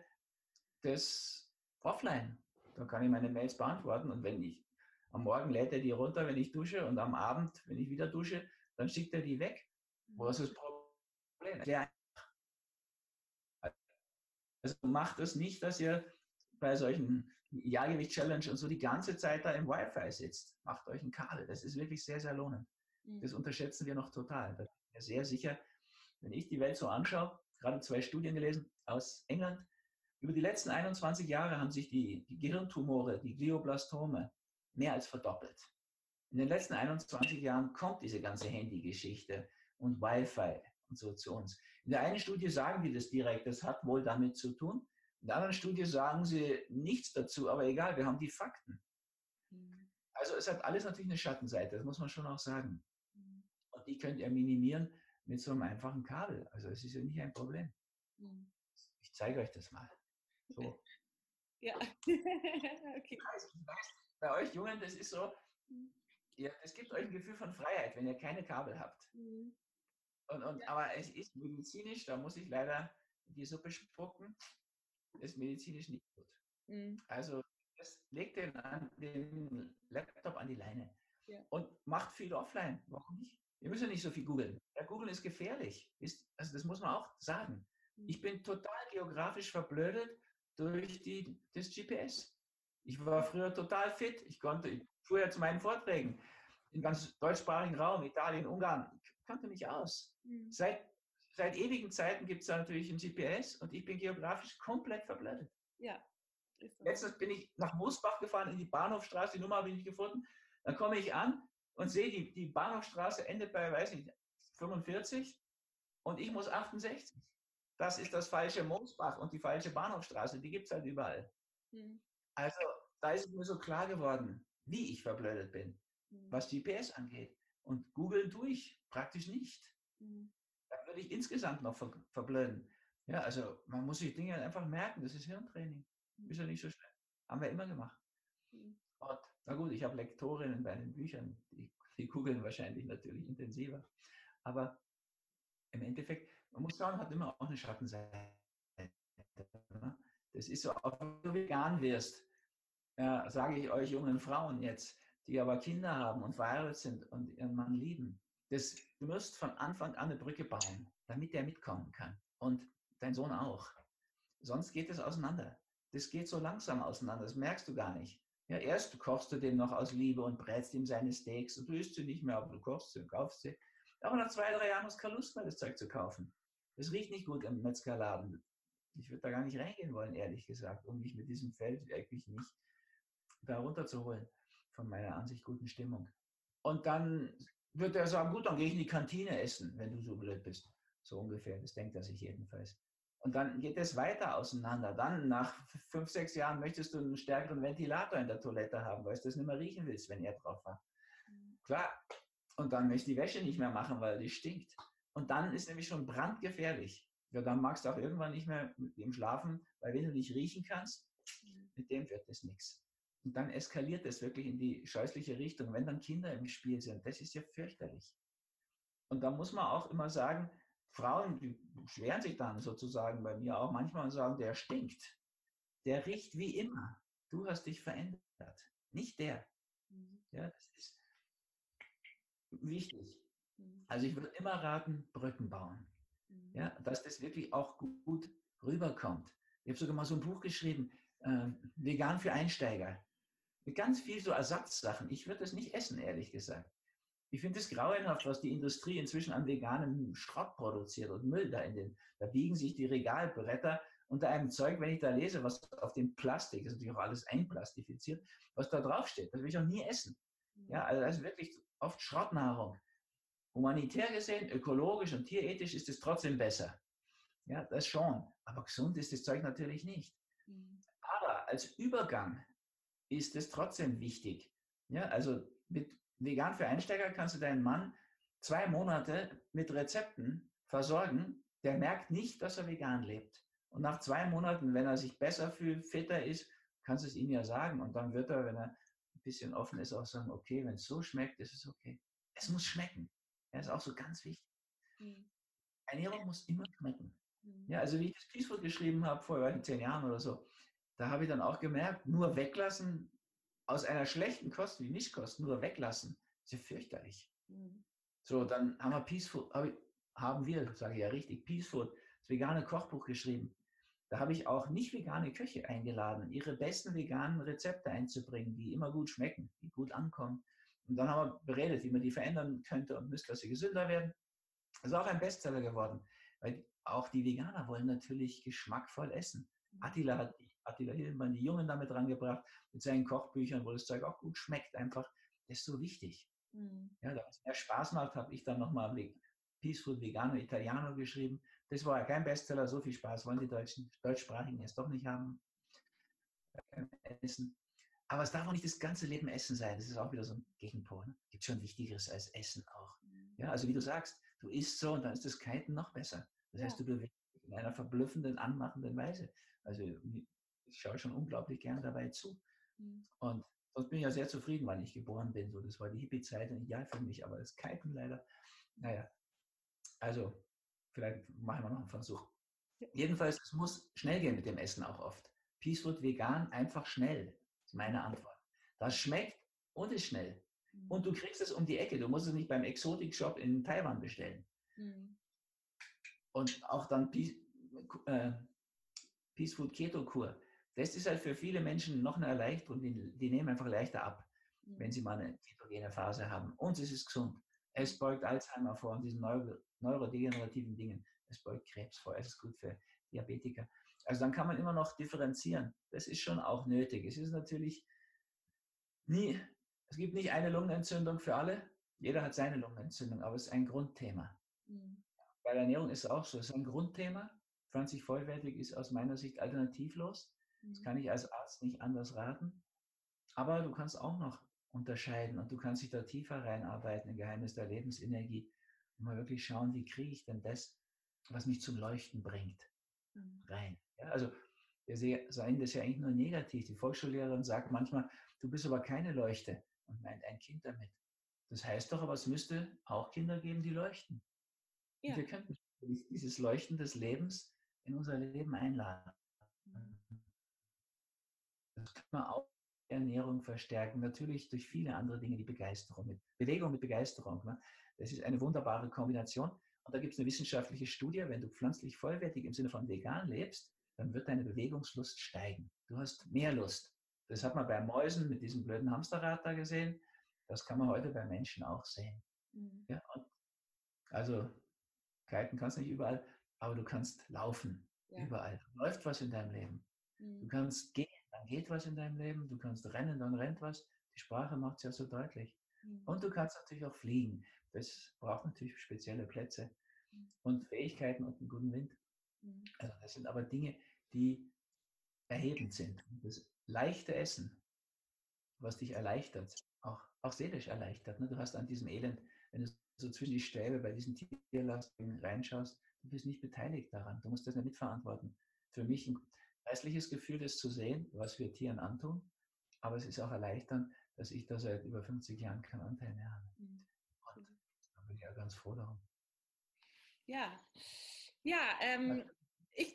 das offline. Da kann ich meine Mails beantworten und wenn ich, am Morgen lädt er die runter, wenn ich dusche und am Abend, wenn ich wieder dusche, dann schickt er die weg. Was ist das Problem? Ja. Also macht es nicht, dass ihr bei solchen Jahrgewicht-Challenge und so die ganze Zeit da im Wi-Fi sitzt. Macht euch ein Kabel. Das ist wirklich sehr, sehr lohnend. Das unterschätzen wir noch total. Da bin ich mir sehr sicher, wenn ich die Welt so anschaue, gerade zwei Studien gelesen aus England, über die letzten einundzwanzig Jahre haben sich die, die Gehirntumore, die Glioblastome, mehr als verdoppelt. In den letzten einundzwanzig Jahren kommt diese ganze Handy-Geschichte und Wi-Fi und so zu uns. In der einen Studie sagen die das direkt, das hat wohl damit zu tun. In der anderen Studie sagen sie nichts dazu, aber egal, wir haben die Fakten. Mhm. Also es hat alles natürlich eine Schattenseite, das muss man schon auch sagen. Mhm. Und die könnt ihr minimieren mit so einem einfachen Kabel. Also es ist ja nicht ein Problem. Mhm. Ich zeige euch das mal. So. Ja. Okay. Ich weiß, ich weiß, bei euch Jungen, das ist so, ja, es gibt euch ein Gefühl von Freiheit, wenn ihr keine Kabel habt. Mhm. Und, und, ja. Aber es ist medizinisch, da muss ich leider die Suppe spucken, ist medizinisch nicht gut. Mhm. Also das legt den, an, den Laptop an die Leine, ja, und macht viel offline. Warum nicht? Ihr müsst ja nicht so viel googeln. Ja, Googeln ist gefährlich. Ist, also das muss man auch sagen. Mhm. Ich bin total geografisch verblödet durch die, das G P S. Ich war früher total fit. Ich konnte, ich fuhr ja zu meinen Vorträgen im ganz deutschsprachigen Raum, Italien, Ungarn. Ich kannte mich aus. Mhm. Seit seit ewigen Zeiten gibt es da natürlich ein G P S und ich bin geografisch komplett verblödet. Ja. Ist so. Letztens bin ich nach Moosbach gefahren, in die Bahnhofstraße, die Nummer habe ich nicht gefunden. Dann komme ich an und sehe, die, die Bahnhofstraße endet bei, weiß nicht, fünfundvierzig und ich muss achtundsechzig. Das ist das falsche Moosbach und die falsche Bahnhofstraße, die gibt es halt überall. Mhm. Also da ist es mir so klar geworden, wie ich verblödet bin, mhm. was G P S angeht. Und googeln tue ich praktisch nicht. Mhm. Da würde ich insgesamt noch ver verblöden. Ja, also man muss sich Dinge einfach merken, das ist Hirntraining. Ist ja nicht so schlimm. Haben wir immer gemacht. Mhm. Und, na gut, ich habe Lektorinnen bei den Büchern, die, die googeln wahrscheinlich natürlich intensiver. Aber im Endeffekt, man muss sagen, hat immer auch eine Schattenseite. Das ist so, auch wenn du vegan wirst, ja, sage ich euch jungen Frauen jetzt, die aber Kinder haben und verheiratet sind und ihren Mann lieben, das, du musst von Anfang an eine Brücke bauen, damit der mitkommen kann. Und dein Sohn auch. Sonst geht es auseinander. Das geht so langsam auseinander, das merkst du gar nicht. Ja, erst kochst du dem noch aus Liebe und brätst ihm seine Steaks und du isst sie nicht mehr, aber du kochst sie und kaufst sie. Aber nach zwei, drei Jahren hast du keine Lust mehr, das Zeug zu kaufen. Das riecht nicht gut im Metzgerladen. Ich würde da gar nicht reingehen wollen, ehrlich gesagt, um mich mit diesem Feld wirklich nicht da runterzuholen von meiner an sich guten Stimmung. Und dann wird er sagen, gut, dann gehe ich in die Kantine essen, wenn du so blöd bist. So ungefähr, das denkt er sich jedenfalls. Und dann geht es weiter auseinander. Dann nach fünf, sechs Jahren möchtest du einen stärkeren Ventilator in der Toilette haben, weil du das nicht mehr riechen willst, wenn er drauf war. Mhm. Klar. Und dann möchtest du die Wäsche nicht mehr machen, weil die stinkt. Und dann ist nämlich schon brandgefährlich. Ja, dann magst du auch irgendwann nicht mehr mit ihm schlafen, weil wenn du nicht riechen kannst, mit dem wird das nichts. Und dann eskaliert es wirklich in die scheußliche Richtung, wenn dann Kinder im Spiel sind. Das ist ja fürchterlich. Und da muss man auch immer sagen, Frauen, die beschweren sich dann sozusagen bei mir auch manchmal und sagen, der stinkt. Der riecht wie immer. Du hast dich verändert. Nicht der. Mhm. Ja, das ist wichtig. Mhm. Also ich würde immer raten, Brücken bauen. Mhm. Ja, dass das wirklich auch gut rüberkommt. Ich habe sogar mal so ein Buch geschrieben, äh, Vegan für Einsteiger. Mit ganz viel so Ersatzsachen. Ich würde das nicht essen, ehrlich gesagt. Ich finde es grauenhaft, was die Industrie inzwischen an veganem Schrott produziert und Müll da in den, da biegen sich die Regalbretter unter einem Zeug, wenn ich da lese, was auf dem Plastik, das ist natürlich auch alles einplastifiziert, was da draufsteht. Das will ich auch nie essen. Ja, also das ist wirklich oft Schrottnahrung. Humanitär gesehen, ökologisch und tierethisch ist es trotzdem besser. Ja, das schon. Aber gesund ist das Zeug natürlich nicht. Aber als Übergang ist es trotzdem wichtig. Ja, also mit Vegan für Einsteiger kannst du deinen Mann zwei Monate mit Rezepten versorgen. Der merkt nicht, dass er vegan lebt. Und nach zwei Monaten, wenn er sich besser fühlt, fitter ist, kannst du es ihm ja sagen. Und dann wird er, wenn er ein bisschen offen ist, auch sagen, okay, wenn es so schmeckt, ist es okay. Es muss schmecken. Das ist auch so ganz wichtig. Mhm. Ernährung muss immer schmecken. Mhm. Ja, also wie ich das Peace Food geschrieben habe, vor zehn Jahren oder so, da habe ich dann auch gemerkt, nur weglassen, aus einer schlechten Kost wie Mischkost nur weglassen, ist ja fürchterlich. Mhm. So, dann haben wir Peace Food, hab ich, haben wir, sage ich ja richtig, Peace Food, das vegane Kochbuch geschrieben. Da habe ich auch nicht vegane Köche eingeladen, ihre besten veganen Rezepte einzubringen, die immer gut schmecken, die gut ankommen. Und dann haben wir beredet, wie man die verändern könnte und müsste, dass sie gesünder werden. Das ist auch ein Bestseller geworden, weil auch die Veganer wollen natürlich geschmackvoll essen. Attila hat Attila Hildmann die Jungen damit rangebracht, mit seinen Kochbüchern, wo das Zeug auch gut schmeckt, einfach. Das ist so wichtig. Mhm. Ja, da es mehr Spaß macht, habe ich dann nochmal Peace Food Vegano Italiano geschrieben. Das war ja kein Bestseller, so viel Spaß wollen die Deutschen, Deutschsprachigen jetzt doch nicht haben. Essen. Aber es darf auch nicht das ganze Leben Essen sein. Das ist auch wieder so ein Gegenpol. Ne? Gibt schon Wichtigeres als Essen auch. Ja, also wie du sagst, du isst so und dann ist das Kiten noch besser. Das heißt, du bewegst dich in einer verblüffenden, anmachenden Weise. Also ich schaue schon unglaublich gern dabei zu. Mhm. Und sonst bin ich ja sehr zufrieden, wann ich geboren bin. So, das war die Hippie-Zeit und ideal für mich, aber das Kiten leider, naja. Also, vielleicht machen wir noch einen Versuch. Ja. Jedenfalls, es muss schnell gehen mit dem Essen auch oft. Peace Food vegan, einfach schnell, ist meine Antwort. Das schmeckt und ist schnell. Mhm. Und du kriegst es um die Ecke. Du musst es nicht beim Exotik-Shop in Taiwan bestellen. Mhm. Und auch dann Peace, äh, Peace Food Keto Kur. Das ist halt für viele Menschen noch eine Erleichterung. Die, die nehmen einfach leichter ab, mhm. wenn sie mal eine ketogene Phase haben. Und es ist gesund. Es beugt Alzheimer vor und diesen Neuro, neurodegenerativen Dingen. es beugt Krebs vor, es ist gut für Diabetiker. Also dann kann man immer noch differenzieren. Das ist schon auch nötig. Es ist natürlich nie, es gibt nicht eine Lungenentzündung für alle. Jeder hat seine Lungenentzündung, aber es ist ein Grundthema. Mhm. Bei der Ernährung ist es auch so, es ist ein Grundthema. pflanzlich vollwertig ist aus meiner Sicht alternativlos. Mhm. Das kann ich als Arzt nicht anders raten. Aber du kannst auch noch unterscheiden und du kannst dich da tiefer reinarbeiten, im Geheimnis der Lebensenergie und mal wirklich schauen, wie kriege ich denn das, was mich zum Leuchten bringt, rein. Ja, also wir sehen das ja eigentlich nur negativ. Die Volksschullehrerin sagt manchmal, du bist aber keine Leuchte und meint ein Kind damit. Das heißt doch, aber es müsste auch Kinder geben, die leuchten. Ja. Und wir könnten dieses Leuchten des Lebens in unser Leben einladen. Das kann man auch Ernährung verstärken, natürlich durch viele andere Dinge, die Begeisterung, mit Bewegung mit Begeisterung. Ne? Das ist eine wunderbare Kombination. Und da gibt es eine wissenschaftliche Studie, wenn du pflanzlich vollwertig im Sinne von vegan lebst, dann wird deine Bewegungslust steigen. Du hast mehr Lust. Das hat man bei Mäusen mit diesem blöden Hamsterrad da gesehen. Das kann man heute bei Menschen auch sehen. Mhm. Ja, und also kiten kannst du nicht überall, aber du kannst laufen. Ja. Überall. Läuft was in deinem Leben. Mhm. Du kannst gehen, dann geht was in deinem Leben. Du kannst rennen, dann rennt was. Die Sprache macht es ja so deutlich. Mhm. Und du kannst natürlich auch fliegen. Das braucht natürlich spezielle Plätze mhm. und Fähigkeiten und einen guten Wind. Mhm. Also das sind aber Dinge, die erhebend sind. Das leichte Essen, was dich erleichtert, auch, auch seelisch erleichtert. Ne? Du hast an diesem Elend, wenn du so zwischen die Stäbe bei diesen Tierlasten reinschaust, du bist nicht beteiligt daran. Du musst das nicht mitverantworten. Für mich ein geistliches Gefühl, das zu sehen, was wir Tieren antun, aber es ist auch erleichternd, dass ich da seit über fünfzig Jahren keinen Anteil mehr habe. Mhm. Und da bin ich ja ganz froh darum. Ja, ja, ähm, ich,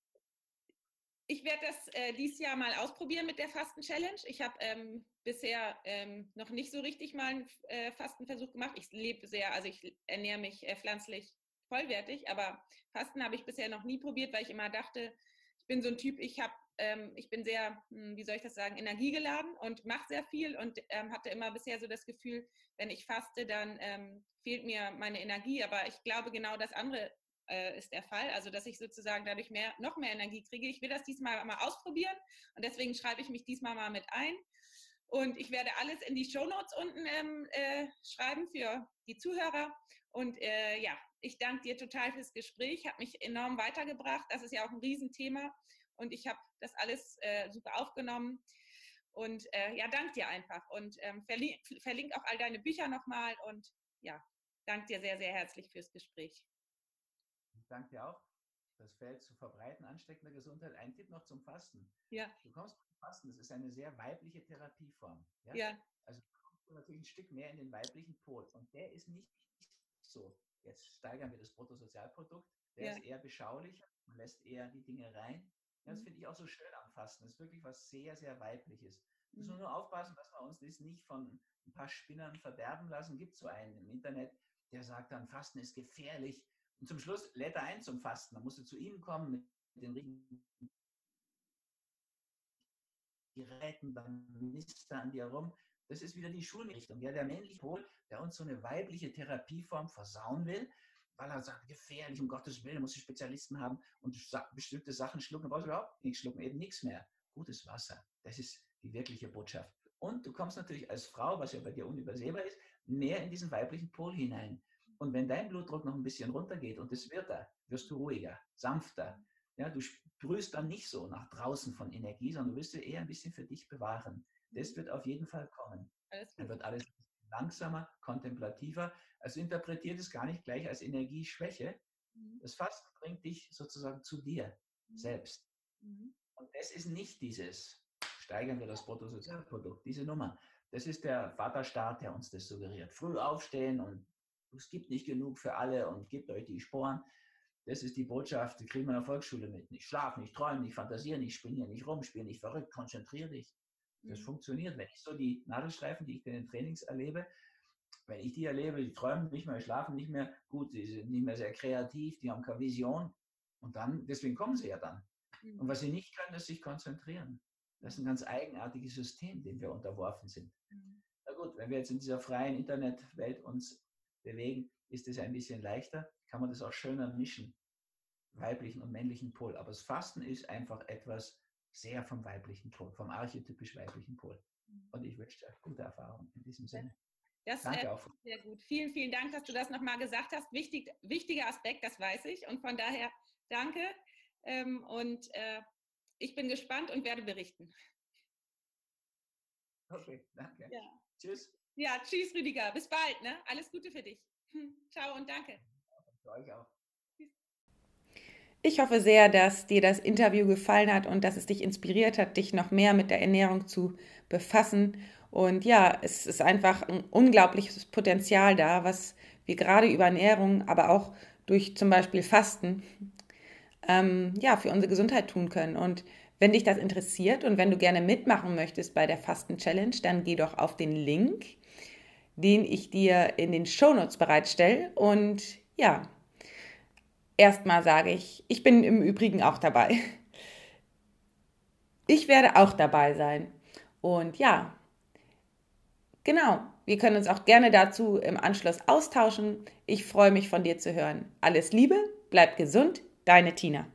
ich werde das äh, dieses Jahr mal ausprobieren mit der Fasten-Challenge. Ich habe ähm, bisher ähm, noch nicht so richtig mal einen äh, Fastenversuch gemacht. Ich lebe sehr, also ich ernähre mich äh, pflanzlich vollwertig, aber Fasten habe ich bisher noch nie probiert, weil ich immer dachte, ich bin so ein Typ, ich habe, ähm, ich bin sehr, wie soll ich das sagen, energiegeladen und mache sehr viel und ähm, hatte immer bisher so das Gefühl, wenn ich faste, dann ähm, fehlt mir meine Energie. Aber ich glaube, genau das andere äh, ist der Fall, also dass ich sozusagen dadurch mehr, noch mehr Energie kriege. Ich will das diesmal mal ausprobieren und deswegen schreibe ich mich diesmal mal mit ein. Und ich werde alles in die Shownotes unten ähm, äh, schreiben für die Zuhörer. Und äh, ja, ich danke dir total fürs Gespräch, hat mich enorm weitergebracht. Das ist ja auch ein Riesenthema und ich habe das alles äh, super aufgenommen. Und äh, ja, danke dir einfach und ähm, verlink, verlink auch all deine Bücher nochmal und ja, danke dir sehr, sehr herzlich fürs Gespräch. Ich danke dir auch. Das Feld zu verbreiten, ansteckender Gesundheit. Ein Tipp noch zum Fasten. Ja. Du kommst beim Fasten, das ist eine sehr weibliche Therapieform. Ja. Ja. Also du kommst natürlich ein Stück mehr in den weiblichen Pol. Und der ist nicht so. Jetzt steigern wir das Bruttosozialprodukt. Der ja. ist eher beschaulicher. Man lässt eher die Dinge rein. Ja, das mhm. finde ich auch so schön am Fasten. Das ist wirklich was sehr, sehr Weibliches. Wir müssen mhm. nur aufpassen, dass wir uns das nicht von ein paar Spinnern verderben lassen. Gibt so einen im Internet, der sagt dann, Fasten ist gefährlich. Und zum Schluss lädt er ein zum Fasten. Dann musst du zu ihm kommen mit den richtigen Geräten, dann misst er an dir rum. Das ist wieder die Schulrichtung. Ja, der männliche Pol, der uns so eine weibliche Therapieform versauen will, weil er sagt, gefährlich, um Gottes Willen, muss ich Spezialisten haben und bestimmte Sachen schlucken. Du brauchst überhaupt nichts schlucken, eben nichts mehr. Gutes Wasser, das ist die wirkliche Botschaft. Und du kommst natürlich als Frau, was ja bei dir unübersehbar ist, mehr in diesen weiblichen Pol hinein. Und wenn dein Blutdruck noch ein bisschen runtergeht, und das wird er, wirst du ruhiger, sanfter. Ja, du sprühst dann nicht so nach draußen von Energie, sondern du wirst sie eher ein bisschen für dich bewahren. Das wird auf jeden Fall kommen. Dann wird alles langsamer, kontemplativer. Also interpretiert es gar nicht gleich als Energieschwäche. Das Fasten bringt dich sozusagen zu dir selbst. Und das ist nicht dieses, steigern wir das Bruttosozialprodukt, diese Nummer. Das ist der Vaterstaat, der uns das suggeriert. Früh aufstehen und es gibt nicht genug für alle und gebt euch die Sporen. Das ist die Botschaft, die kriegen wir in der Volksschule mit. Nicht schlafen, nicht träumen, nicht fantasieren, nicht spinne hier nicht rum, spiel nicht verrückt, konzentrier dich. Das mhm. funktioniert. Wenn ich so die Nadelstreifen, die ich in den Trainings erlebe, wenn ich die erlebe, die träumen nicht mehr, schlafen nicht mehr, gut, sie sind nicht mehr sehr kreativ, die haben keine Vision. Und dann, deswegen kommen sie ja dann. Mhm. Und was sie nicht können, ist sich konzentrieren. Das ist ein ganz eigenartiges System, dem wir unterworfen sind. Mhm. Na gut, wenn wir jetzt in dieser freien Internetwelt uns bewegen, ist es ein bisschen leichter, kann man das auch schöner mischen. weiblichen und männlichen Pol. Aber das Fasten ist einfach etwas sehr vom weiblichen Pol, vom archetypisch weiblichen Pol. Und ich wünsche dir gute Erfahrungen in diesem Sinne. Das Danke äh, auch. Sehr gut. Vielen, vielen Dank, dass du das nochmal gesagt hast. Wichtig, wichtiger Aspekt, das weiß ich. Und von daher danke. Ähm, und äh, ich bin gespannt und werde berichten. Okay, danke. Ja. Tschüss. Ja, tschüss, Rüdiger. Bis bald. Ne? Alles Gute für dich. Ciao und danke. Für euch auch. Ich hoffe sehr, dass dir das Interview gefallen hat und dass es dich inspiriert hat, dich noch mehr mit der Ernährung zu befassen. Und ja, es ist einfach ein unglaubliches Potenzial da, was wir gerade über Ernährung, aber auch durch zum Beispiel Fasten, ähm, ja, für unsere Gesundheit tun können. Und wenn dich das interessiert und wenn du gerne mitmachen möchtest bei der Fasten-Challenge, dann geh doch auf den Link, den ich dir in den Shownotes bereitstelle. Und ja, erstmal sage ich, ich bin im Übrigen auch dabei. Ich werde auch dabei sein. Und ja, genau, wir können uns auch gerne dazu im Anschluss austauschen. Ich freue mich, von dir zu hören. Alles Liebe, bleib gesund, deine Tina.